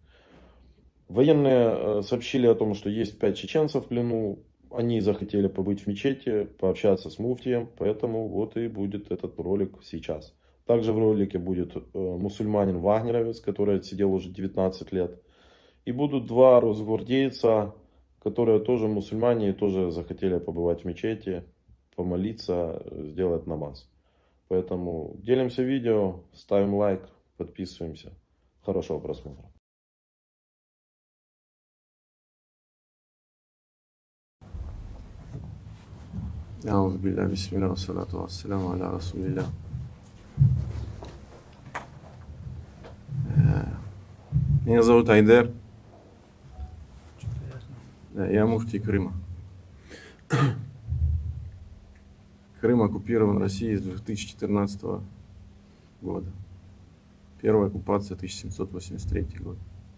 Военные сообщили о том, что есть 5 чеченцев в плену. Они захотели побыть в мечети, пообщаться с муфтием, поэтому вот и будет этот ролик сейчас. Также в ролике будет мусульманин-вагнеровец, который отсидел уже 19 лет. И будут 2 росгвардейца, которые тоже мусульмане и тоже захотели побывать в мечети, помолиться, сделать намаз. Поэтому делимся видео, ставим лайк, подписываемся. Хорошего просмотра. Аузу билля, бисмилля, вассалату вассаляму аля расулилля. Меня зовут Айдер. Да, я муфтий Крыма. Крым оккупирован Россией с 2014 года. Первая оккупация 1783 год.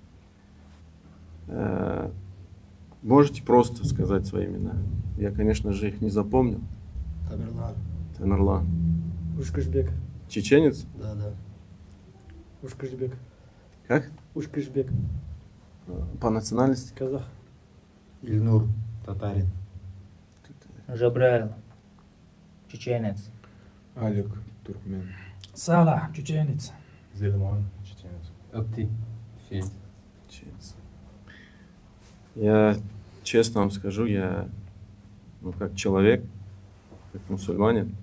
Можете просто сказать свои имена? Я, конечно же, их не запомнил. Тамерлан. Тамерлан. Ушкашбек. Чеченец? Да, да. Ушкашбек. Как? Ушкашбек. По национальности? Казах. Ильнур, татарин. Жабраил, чеченец. Алик, туркмен. Салах, чеченец. Зельман, чеченец. Апти, чеченец. Я честно вам скажу, я, как человек, как мусульманин,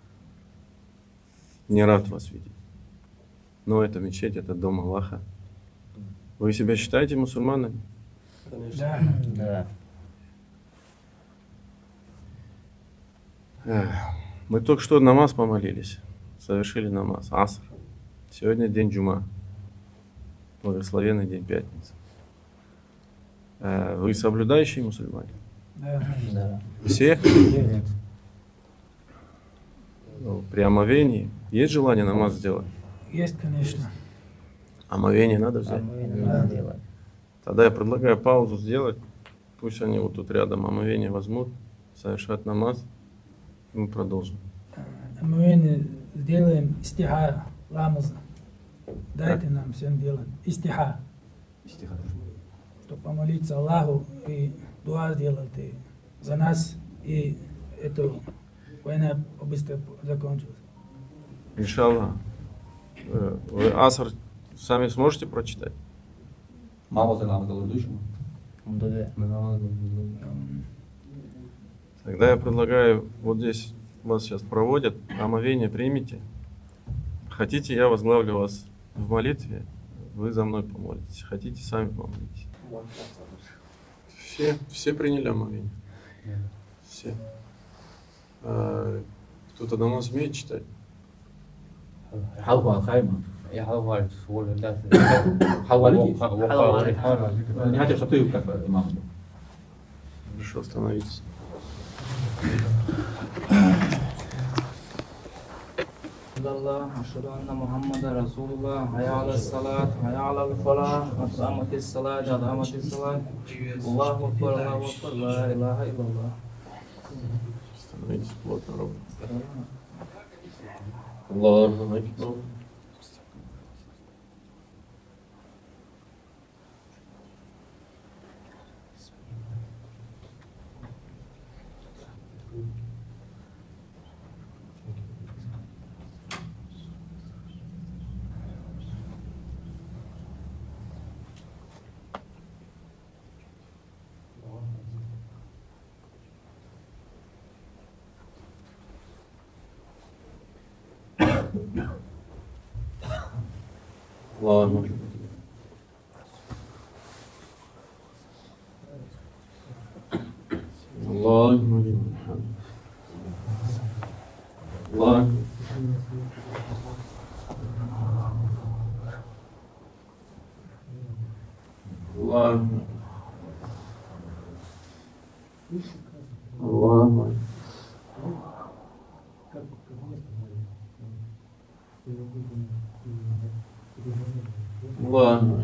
не рад вас видеть. Но это мечеть, это дом Аллаха. Вы себя считаете мусульманами? Конечно. Да. Мы только что намаз помолились, совершили намаз, аср. Сегодня день джума, благословенный день пятницы. Вы соблюдающие мусульмане? Да. Все? Нет. При омовении есть желание намаз сделать? Есть, конечно. Омовение надо взять? Омовение надо делать. Тогда я предлагаю паузу сделать. Пусть они вот тут рядом омовение возьмут, совершат намаз, и мы продолжим. Мы сделаем истиха, ламаз. Дайте нам всем делать. Истиха. Чтобы помолиться Аллаху и дуа сделать и за нас, и эту война побыстрее закончилась. Иншаллах. Вы аср сами сможете прочитать? Тогда я предлагаю, вот здесь вас сейчас проводят, омовение примите. Хотите, я возглавлю вас в молитве, вы за мной помолитесь. Хотите, сами помолитесь. Все приняли омовение? Все. Кто-то намаз умеет читать? Хорошо, остановитесь. illallah, aşhadu enne Muhammeden Resulullah, hayya alel salat, hayya alel falah, at'amatis salat, at'amatis salat, Allahu Ekber, Allahu Ekber, la ilahe illallah. Становитесь плотно ровно. Аллаху Акбар. Allahu Akbar. Allahu Akbar. Allahu Allahu Allahu Allahu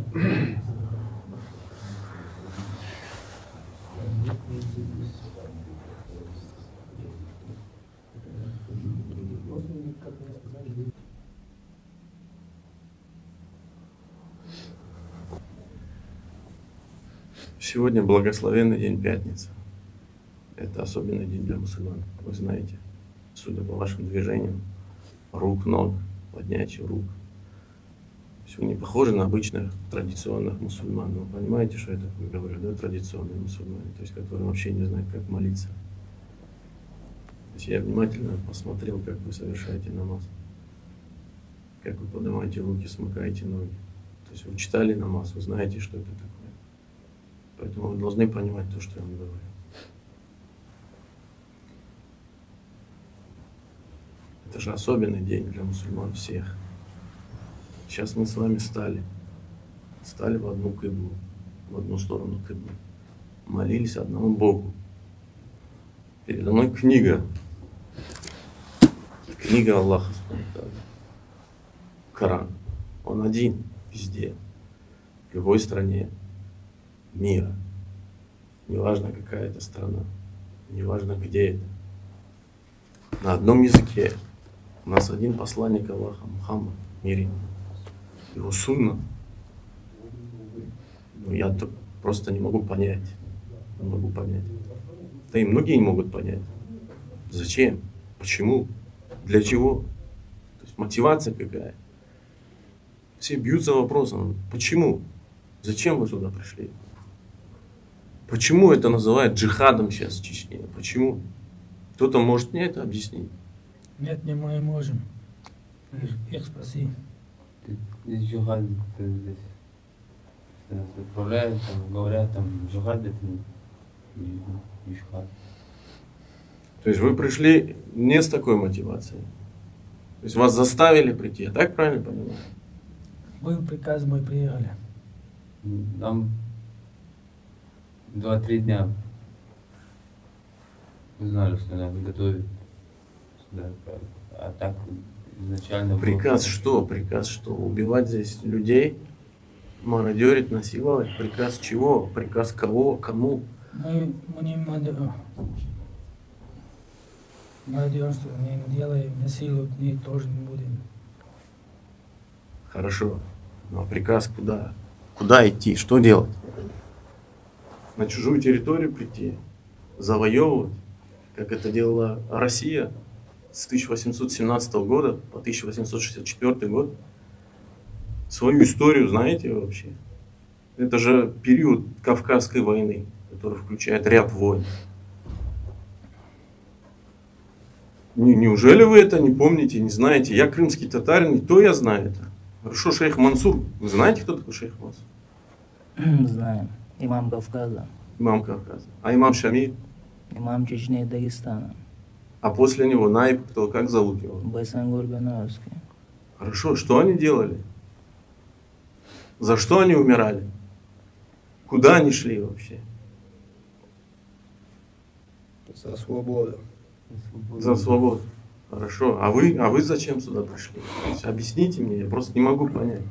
Сегодня благословенный день пятница. Это особенный день для мусульман. Вы знаете, судя по вашим движениям, рук, ног, поднятию рук. Все не похоже на обычных традиционных мусульман. Вы понимаете, что я такое говорю, да? Традиционные мусульмане, то есть которые вообще не знают, как молиться. То есть я внимательно посмотрел, как вы совершаете намаз. Как вы поднимаете руки, смыкаете ноги. То есть вы читали намаз, вы знаете, что это такое. Поэтому вы должны понимать то, что я вам говорю. Это же особенный день для мусульман всех. Сейчас мы с вами стали в одну киблу, в одну сторону киблы. Молились одному Богу. Передо мной книга. Книга Аллаха. Коран. Он один везде. В любой стране мира. Неважно, какая это страна. Неважно, где это. На одном языке. У нас один посланник Аллаха, Мухаммад, мир ему. Его сунна. Но я просто не могу понять. Не могу понять. Да и многие не могут понять. Зачем? Почему? Для чего? То есть мотивация какая? Все бьются вопросом. Почему? Зачем вы сюда пришли? Почему это называют джихадом сейчас в Чечне? Почему? Кто-то может мне это объяснить? Нет, не мы можем. Их спроси. Джихад здесь нас отправляют, там, говорят, там, джихад это не джихад. То есть вы пришли не с такой мотивацией? То есть вас заставили прийти, я так правильно понимаю? Был приказ, мы приехали. Нам 2-3 дня мы знали, что нас готовят сюда. А так изначально... Приказ что? Приказ что? Убивать здесь людей? Мародерить, насиловать? Приказ чего? Приказ кого? Кому? Мы не мародерство не делаем, насиловать мы тоже не будем. Хорошо. Но приказ куда? Куда идти? Что делать? На чужую территорию прийти? Завоевывать? Как это делала Россия с 1817 года по 1864 год? Свою историю знаете вообще? Это же период Кавказской войны, который включает ряд войн. Неужели вы это не помните, не знаете? Я крымский татарин, и то я знаю это. Хорошо, шейх Мансур. Вы знаете, кто такой шейх Мансур? Знаем. Имам Кавказа. Имам Кавказа. А имам Шамиль? Имам Чечни и Дагестана. А после него наиб кто? Как зовут его? Байсангур Ганаевский. Хорошо, что они делали? За что они умирали? Куда они шли вообще? За свободу. За свободу. Хорошо. А вы зачем сюда пришли? Объясните мне, я просто не могу понять.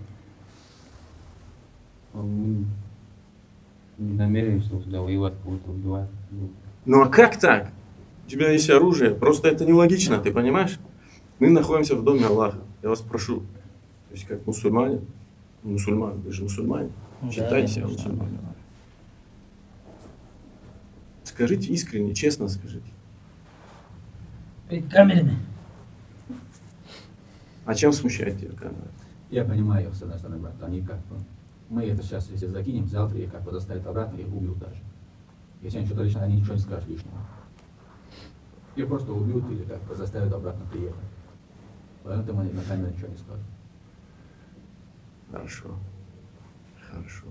Мы не намерены сюда воевать, кого-то убивать. Ну а как так? У тебя есть оружие. Просто это нелогично, ты понимаешь? Мы находимся в доме Аллаха. Я вас прошу. То есть как мусульмане, вы же мусульмане. Считайте себя мусульманами. Скажите искренне, честно скажите. Перед камерами. А чем смущает тебя камера? Я понимаю, с одной стороны, брат, они как бы, мы это сейчас, если закинем, завтра их как бы доставят обратно и убьют даже. Если они что-то лишнее, они ничего не скажут лишнего. Их просто убьют или как бы заставят обратно приехать. Поэтому они на камеру ничего не скажут. Хорошо. Хорошо.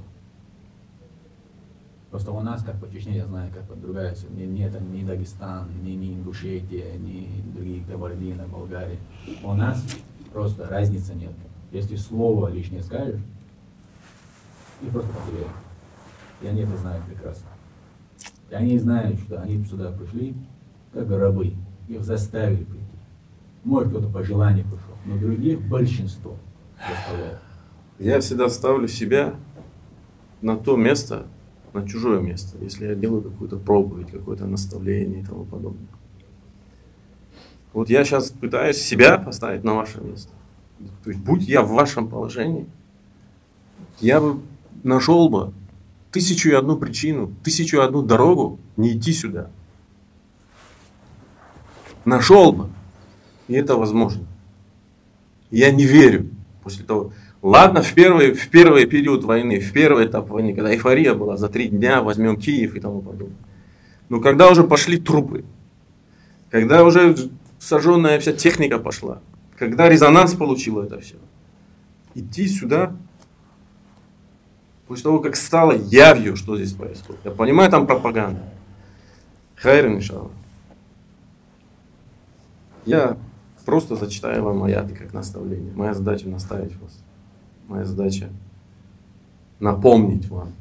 Просто у нас, как по Чечне, я знаю, как бы другая, это не Дагестан, не Ингушетия, не другие Кабардино, Болгария. У нас просто разницы нет. Если слово лишнее скажешь, их просто потеряют. И они это знают прекрасно. И они знают, что они сюда пришли, как рабы. Их заставили прийти. Может, кто-то по желанию пришел, но других большинство заставляют. Я всегда ставлю себя на то место, на чужое место, если я делаю какую-то проповедь, какое-то наставление и тому подобное. Вот я сейчас пытаюсь себя поставить на ваше место. То есть, будь я в вашем положении, я бы нашел бы 1001 причину, 1001 дорогу не идти сюда. Нашел бы. И это возможно. Я не верю после того. Ладно, в первый период войны, в первый этап войны, когда эйфория была, за 3 дня возьмем Киев и тому подобное. Но когда уже пошли трупы, когда уже сожженная вся техника пошла, когда резонанс получило это все, идти сюда, после того, как стало явью, что здесь происходит. Я понимаю, там пропаганда. Хайран, иншаллах. Я просто зачитаю вам аяты как наставление. Моя задача наставить вас. Моя задача напомнить вам.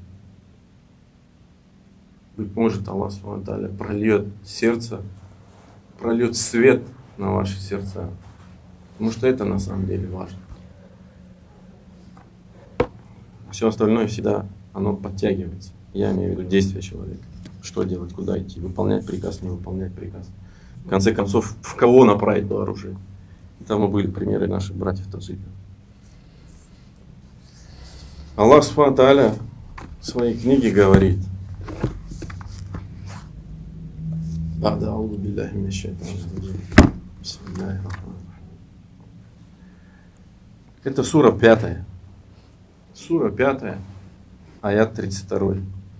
Быть может, Аллах Субхану ва Тааля прольет сердце, прольет свет на ваши сердца. Потому что это на самом деле важно. Все остальное всегда оно подтягивается. Я имею в виду действия человека. Что делать, куда идти, выполнять приказ, не выполнять приказ. В конце концов, в кого направить то оружие. И там были примеры наших братьев-таджиков. Аллах Субхану ва Тааля в своей книге говорит: это сура 5. Сура 5, аят 32.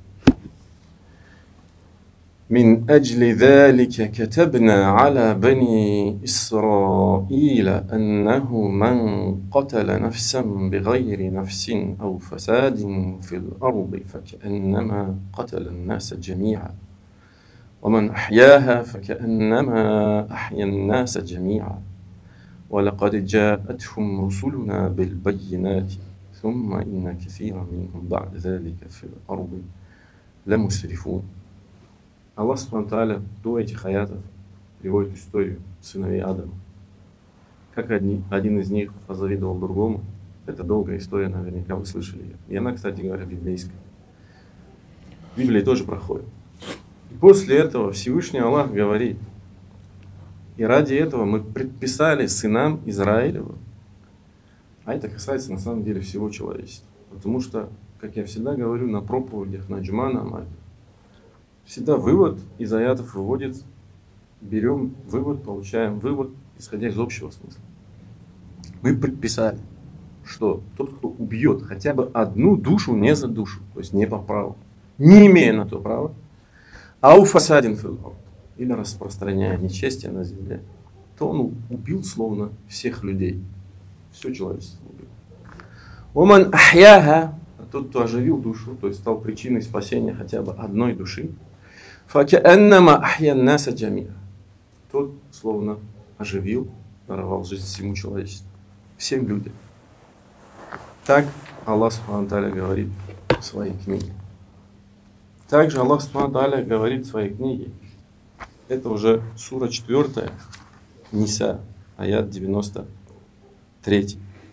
من أجل ذلك كتبنا على بني إسرائيل أنه من قتل نفسا بغير نفس أو فساد في الأرض فكأنما قتل الناس جميعا ومن أحياها فكأنما أحيا الناس جميعا ولقد جاءتهم رسلنا بالبينات ثم إن كثيرا منهم بعد ذلك في الأرض لمسرفون. Аллах Субхану ва Тааля до этих аятов приводит историю сыновей Адама. Как один из них позавидовал другому. Это долгая история, наверняка вы слышали ее. И она, кстати говоря, библейская. В Библии тоже проходит. И после этого Всевышний Аллах говорит: и ради этого мы предписали сынам Израилевым. А это касается на самом деле всего человечества. Потому что, как я всегда говорю на проповедях, на джума, на амале, всегда вывод из аятов выводит, берем вывод, получаем вывод, исходя из общего смысла. Мы предписали, что тот, кто убьет хотя бы одну душу не за душу, то есть не по праву, не имея на то права, ау фасадин фил ард, или распространяя нечестие на земле, то он убил словно всех людей, все человечество убил. Оман ахьяха, а тот, кто оживил душу, то есть стал причиной спасения хотя бы одной души, факааннама ахья наса джамиа, тот словно оживил, даровал жизнь всему человечеству, всем людям. Так Аллах Субхану ва Тааля говорит в своей книге. Также Аллах Субхану ва Тааля говорит в своей книге, это уже сура 4, Ниса, аят 93.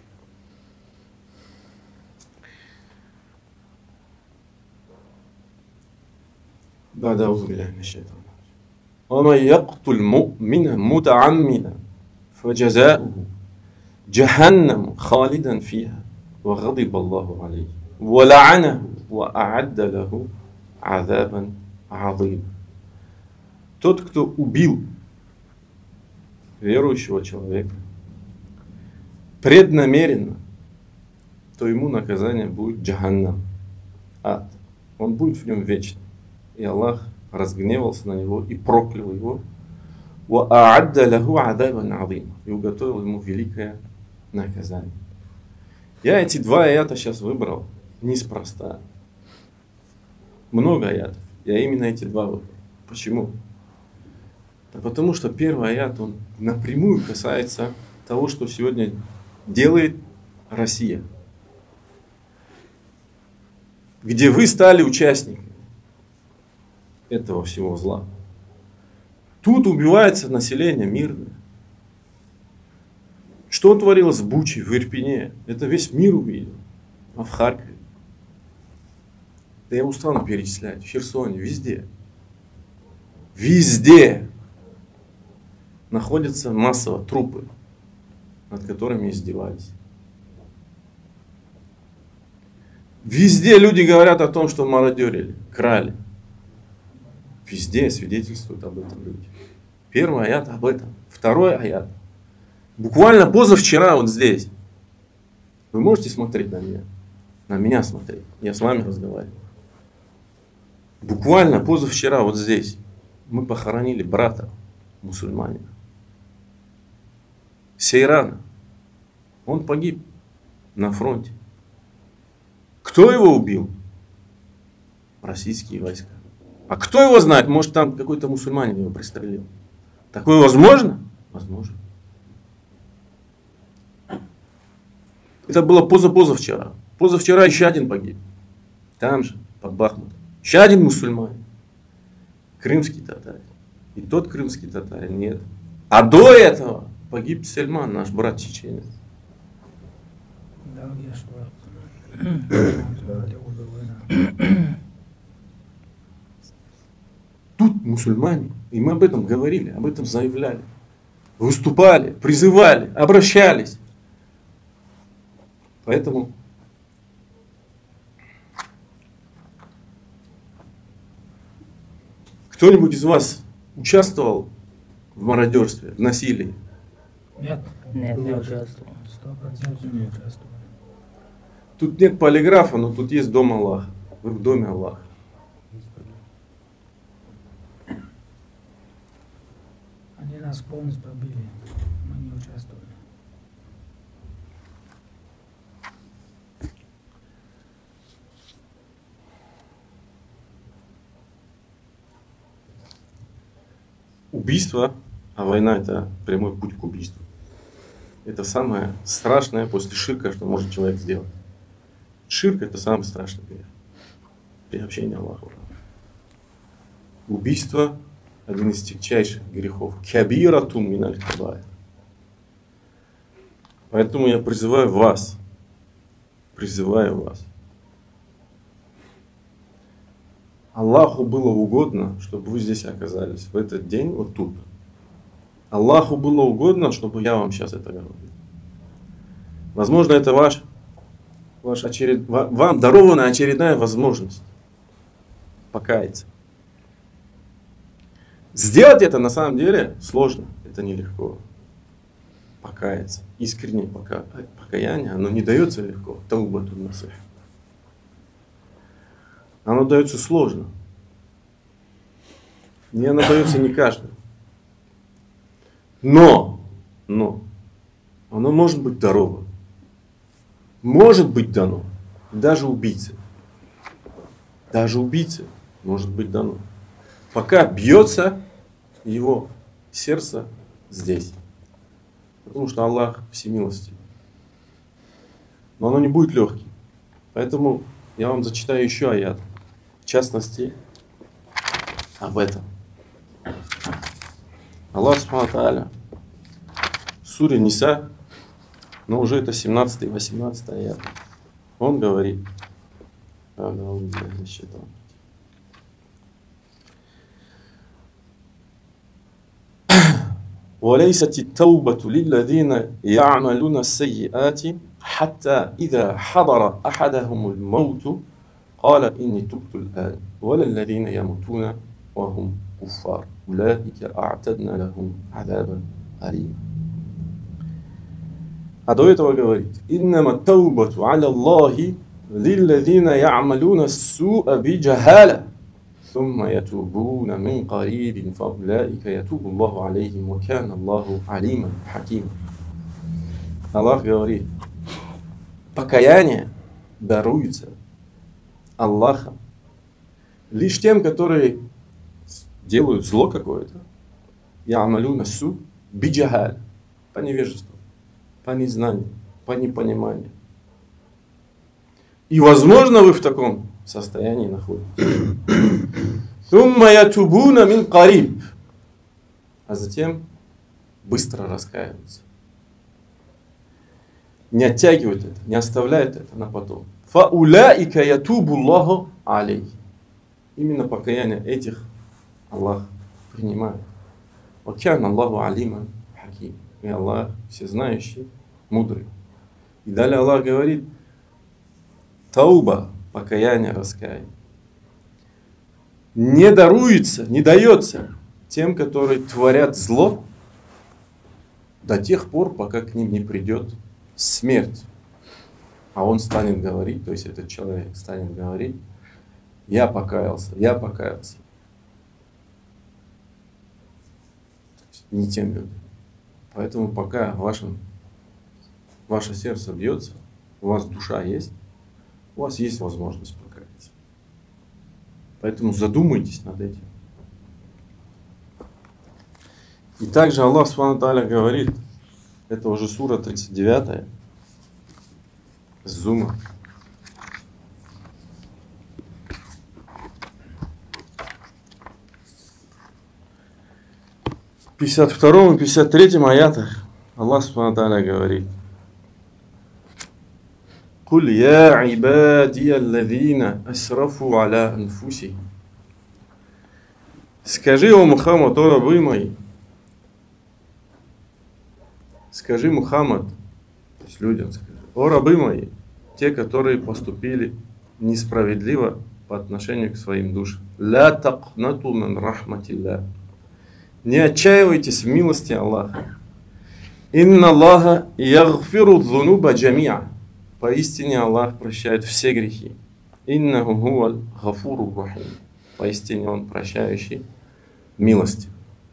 بعد أعوذ بالله من الشيطان ومن يقتل مؤمنا متعمدا فجزاؤه جهنم خالدا فيها وغضب الله عليه ولعنه وأعد له عذابا عظيما. Тот, кто убил верующего человека преднамеренно, то ему наказание будет джаханнам, ад. Он будет в нем вечно. И Аллах разгневался на него и проклял его. وَأَعَدَّ لَهُ عَذَابًا عَظِيمًا. И уготовил ему великое наказание. Я эти два аята сейчас выбрал неспроста. Много аятов. Я именно эти два выбрал. Почему? Да потому что первый аят, он напрямую касается того, что сегодня делает Россия. Где вы стали участниками этого всего зла. Тут убивается население мирное. Что творилось в Буче, в Ирпене? Это весь мир увидел. А в Харькове? Да я устану перечислять. В Херсоне, везде. Везде находятся массово трупы, над которыми издевались. Везде люди говорят о том, что мародерили, крали. Везде свидетельствуют об этом люди. Первый аят об этом. Второй аят. Буквально позавчера вот здесь. Вы можете смотреть на меня? На меня смотреть. Я с вами разговариваю. Буквально позавчера вот здесь мы похоронили брата мусульманина. Сейрана. Он погиб на фронте. Кто его убил? Российские войска. А кто его знает? Может, там какой-то мусульманин его пристрелил. Такое возможно? Возможно. Это было позавчера. Позавчера еще один погиб. Там же, под Бахмутом. Еще один мусульманин. Крымский татарин. И тот крымский татарин нет. А до этого погиб Сельман, наш брат чеченец. Тут мусульмане, и мы об этом говорили, об этом заявляли, выступали, призывали, обращались. Поэтому кто-нибудь из вас участвовал в мародерстве, в насилии? Нет, не участвовал. 100% не участвовал. Тут нет полиграфа, но тут есть дом Аллаха. Вы в доме Аллаха. Они нас полностью побили. Мы не участвовали. Убийство, а война — это прямой путь к убийству. Это самое страшное после ширка, что может человек сделать. Ширк — это самый страшный грех при общении Аллаху. Убийство — один из тягчайших грехов. Кабиратун миналь кабаир. Поэтому я призываю вас, Аллаху было угодно, чтобы вы здесь оказались в этот день, вот тут. Аллаху было угодно, чтобы я вам сейчас это говорил. Возможно, это вам дарована очередная возможность покаяться. Сделать это на самом деле сложно, это нелегко. Покаяться, искреннее покаяние, оно не дается легко. Таубатун насих. Оно дается сложно. И оно дается не каждому. Но, оно может быть даровано. Может быть дано. Даже убийце. Даже убийце может быть дано. Пока бьется его сердце здесь. Потому что Аллах всемилостив. Но оно не будет легким. Поэтому я вам зачитаю еще аят. В частности, об этом. Аллах Субхану ва Тааля суре Ниса, но уже это 17 и 18 аят. Он говорит, وليست التوبة للذين يعملون السيئات حتى إذا حضر أحدهم الموت قال إني تبت الآن ولا الذين يموتون وهم كفار أولئك أعتدنا لهم عذابا أليما. А до этого говорит: «Иннама таубату аля Аллахи лиллазина я'малуна ссу'a биджахаля, сумма ятубуна мин карибин, фаулаика ятубу Аллаху алейхим, ва кана Аллаху алиман хакима». Аллах говорит, покаяние даруется Аллахом лишь тем, которые делают зло какое-то, я'малуна ссу биджахаля, по невежеству, по незнанию, по непониманию. И возможно вы в таком состоянии находитесь. Сумма ятубуна мин кариб. А затем быстро раскаиваются. Не оттягивают это, не оставляют это на потом. Фаулаика ятубу Аллаху алейхи. Именно покаяние этих Аллах принимает. Ва кана Аллаху алиман хаким. И Аллах всезнающий, мудрый. И далее Аллах говорит: тауба, покаяние, раскаяние, не даруется, не дается тем, которые творят зло, до тех пор, пока к ним не придет смерть. А он станет говорить, то есть этот человек станет говорить: я покаялся, я покаялся. Не тем людям. Поэтому пока ваше сердце бьется, у вас душа есть, у вас есть возможность покаяться. Поэтому задумайтесь над этим. И также Аллах Субхану Тааля говорит, это уже сура 39, Зумар. 52 и 53 аятах Аллах Субхану Тааля говорит: «Куль я ибадия аллазина асрафу аля анфусихим». Скажи, о Мухаммад, о рабы мои, скажи, Мухаммад, то есть людям скажи: о рабы мои, те, которые поступили несправедливо по отношению к своим душам. Ла тaqнату мин рахматилля. Не отчаивайтесь в милости Аллаха. Инна Аллаха ягфиру дзунуба джамиа. Поистине Аллах прощает все грехи. Иннаху хуаль гафуру рахим. Поистине Он прощающий милости.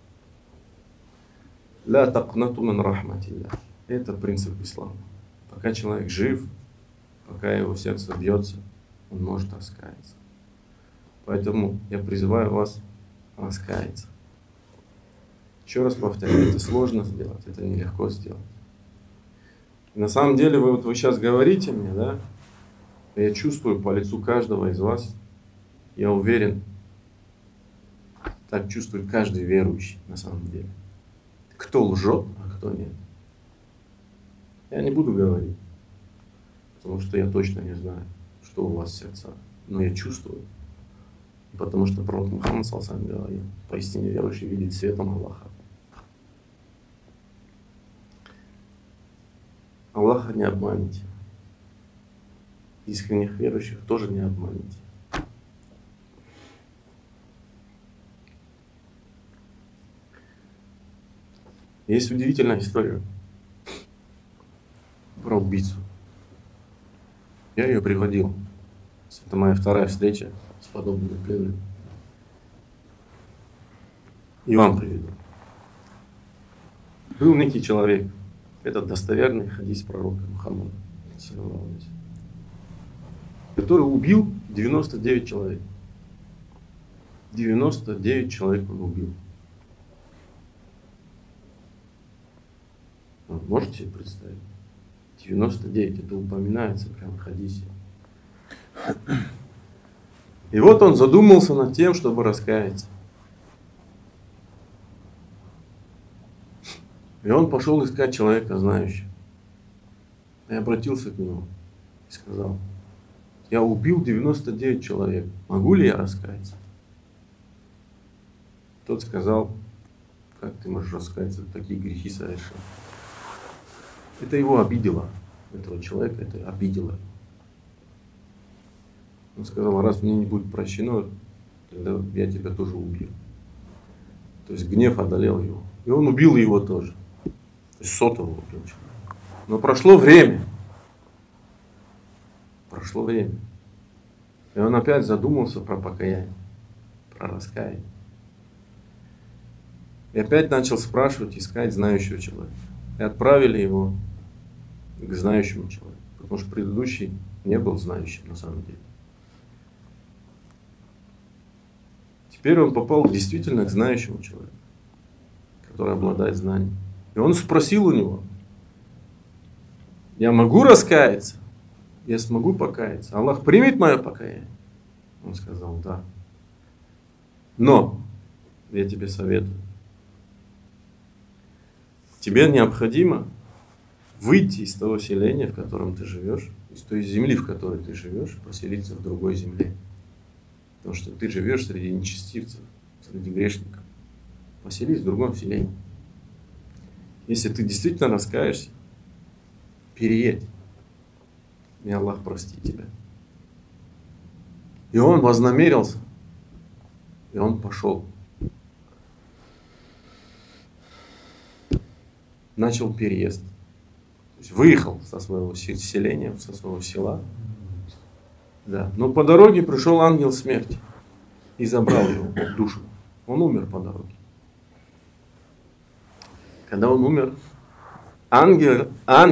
Ла тaqнату мин рахматилля. Это принцип ислама. Пока человек жив, пока его сердце бьется, он может раскаяться. Поэтому я призываю вас раскаяться. Еще раз повторяю, это сложно сделать, это нелегко сделать. И на самом деле вы сейчас говорите мне, да? Я чувствую по лицу каждого из вас, я уверен, так чувствует каждый верующий на самом деле. Кто лжет, а кто нет. Я не буду говорить, потому что я точно не знаю, что у вас в сердцах. Но я чувствую, потому что пророк Мухаммад ﷺ говорил: поистине верующий видит светом Аллаха. Аллаха не обманете. Искренних верующих тоже не обманете. Есть удивительная история про убийцу. Я ее приводил. Это моя вторая встреча с подобными пленными. И вам приведу. Был некий человек, этот достоверный хадис пророка Мухаммада, который убил 99 человек. 99 человек он убил. Можете себе представить? 99, это упоминается прямо в хадисе. И вот он задумался над тем, чтобы раскаяться. И он пошел искать человека знающего. Я обратился к нему и сказал: я убил 99 человек, могу ли я раскаяться? Тот сказал: как ты можешь раскаяться, такие грехи совершил? Это его обидело, этого человека это обидело. Он сказал: раз мне не будет прощено, тогда я тебя тоже убью. То есть гнев одолел его. И он убил его тоже. То есть сотого убил человека. Но прошло время. Прошло время. И он опять задумался про покаяние, про раскаяние. И опять начал спрашивать, искать знающего человека. И отправили его к знающему человеку. Потому что предыдущий не был знающим на самом деле. Теперь он попал действительно к знающему человеку, который обладает знанием. И он спросил у него: я могу раскаяться? Я смогу покаяться? Аллах примет мое покаяние? Он сказал: да. Но я тебе советую. Тебе необходимо выйти из того селения, в котором ты живешь, из той земли, в которой ты живешь, поселиться в другой земле. Потому что ты живешь среди нечестивцев, среди грешников. Поселись в другом селении. Если ты действительно раскаешься, переедь, и Аллах простит тебя. И он вознамерился, и он пошел. Начал переезд. То есть выехал со своего селения, со своего села. Да. Но по дороге пришел ангел смерти и забрал его душу. Он умер по дороге. Когда он умер, ангелы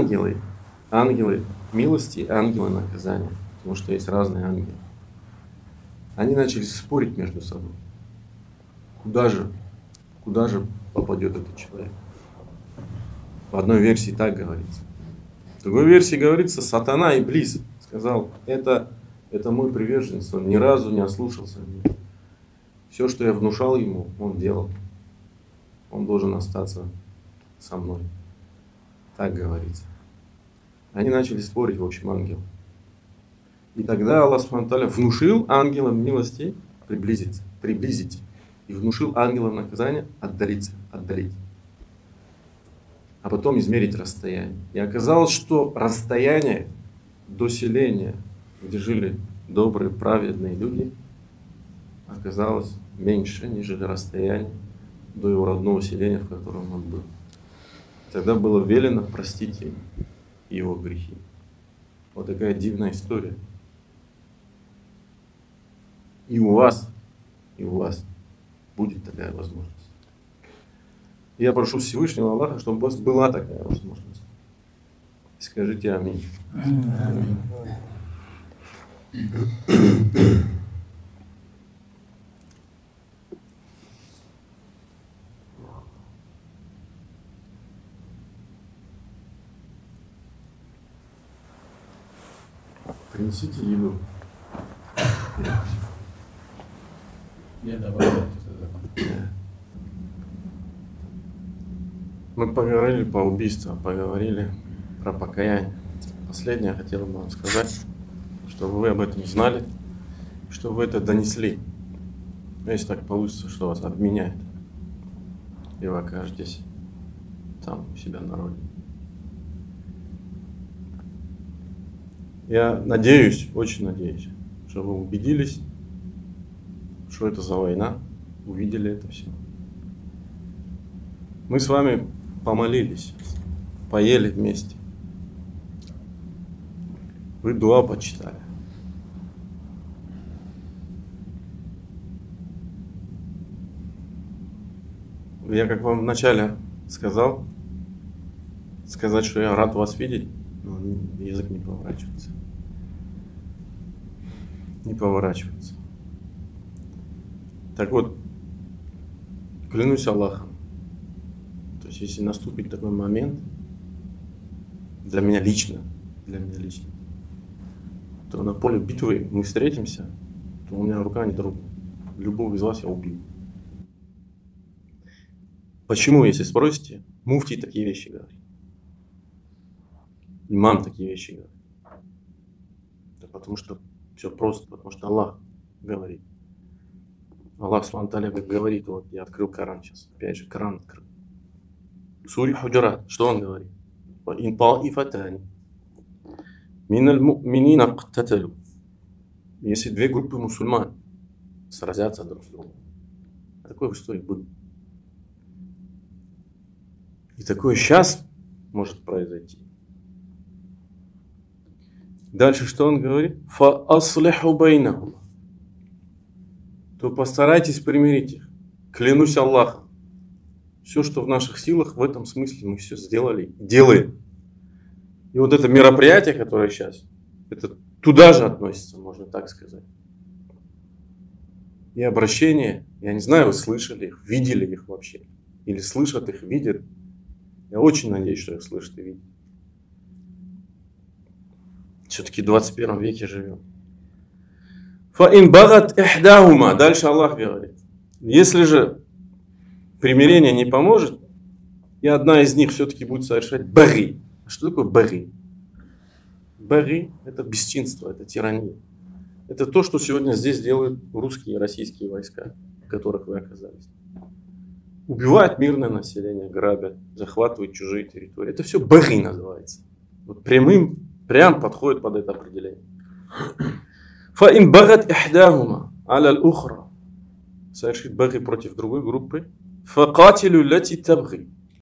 милости, ангелы наказания, потому что есть разные ангелы, они начали спорить между собой. Куда же попадет этот человек? В одной версии так говорится. В другой версии говорится: сатана, иблис, сказал: это мой приверженец, он ни разу не ослушался меня. Все, что я внушал ему, он делал. Он должен остаться со мной. Так говорится. Они начали спорить, в общем, ангел. И тогда Аллах Субхану ва Тааля внушил ангелам милости приблизить. И внушил ангелам наказания отдалить. А потом измерить расстояние. И оказалось, что расстояние до селения, где жили добрые, праведные люди, оказалось меньше, нежели расстояние до его родного селения, в котором он был. Тогда было велено простить ему его грехи. Вот такая дивная история. И у вас будет такая возможность. Я прошу Всевышнего Аллаха, чтобы у вас была такая возможность. Скажите аминь. Аминь. Принесите еду. Я добавлю. Мы поговорили по убийству, поговорили про покаяние. Последнее я хотел бы вам сказать, чтобы вы об этом знали, чтобы вы это донесли. Если так получится, что вас обменяет, и вы окажетесь там у себя на родине. Я надеюсь, очень надеюсь, что вы убедились, что это за война, увидели это все. Мы с вами помолились, поели вместе. Вы дуа почитали. Я, как вам вначале сказал, сказать, что я рад вас видеть, но язык не поворачивается. Не поворачивается. Так вот, клянусь Аллахом, то есть если наступит такой момент, для меня лично, то на поле битвы мы встретимся, то у меня рука не дрогнет. Любого из вас я убью. Почему, если спросите, Муфти такие вещи говорит. Имам такие вещи говорит. Да потому что все просто, потому что Аллах говорит. Аллах Субхану говорит, вот я открыл Коран сейчас, опять же, Коран открыл. В суре Худжурат, что он говорит? وَإِنْ طَائِفَتَانِ مِنَ الْمُؤْمِنِينَ اقْتَتَلُوا. Если две группы мусульман сразятся друг с другом. Такое в истории было. И такое сейчас может произойти. Дальше что он говорит? فَأَصْلِحُوا بَيْنَهُمْ. То постарайтесь примирить их. Клянусь Аллахом. Все, что в наших силах, в этом смысле мы все сделали, делаем. И вот это мероприятие, которое сейчас, это туда же относится, можно так сказать. И обращение, я не знаю, вы слышали их, видели их вообще. Или слышат их, видят. Я очень надеюсь, что их слышат и видят. Все-таки в 21 веке живем. فَإِنْ بَغَتْ إِحْدَاهُمَا. Дальше Аллах говорит. Если же примирение не поможет, и одна из них все-таки будет совершать баги. А что такое баги? Баги – это бесчинство, это тирания. Это то, что сегодня здесь делают русские и российские войска, в которых вы оказались. Убивают мирное население, грабят, захватывают чужие территории. Это все баги называется. Вот прям подходит под это определение. فَإِنْ بَغَتْ إِحْدَاهُمَا عَلَى الْأُخْرَى. Совершит баги против другой группы. فَقَاتِلُوا الَّتِي تَبْغِي.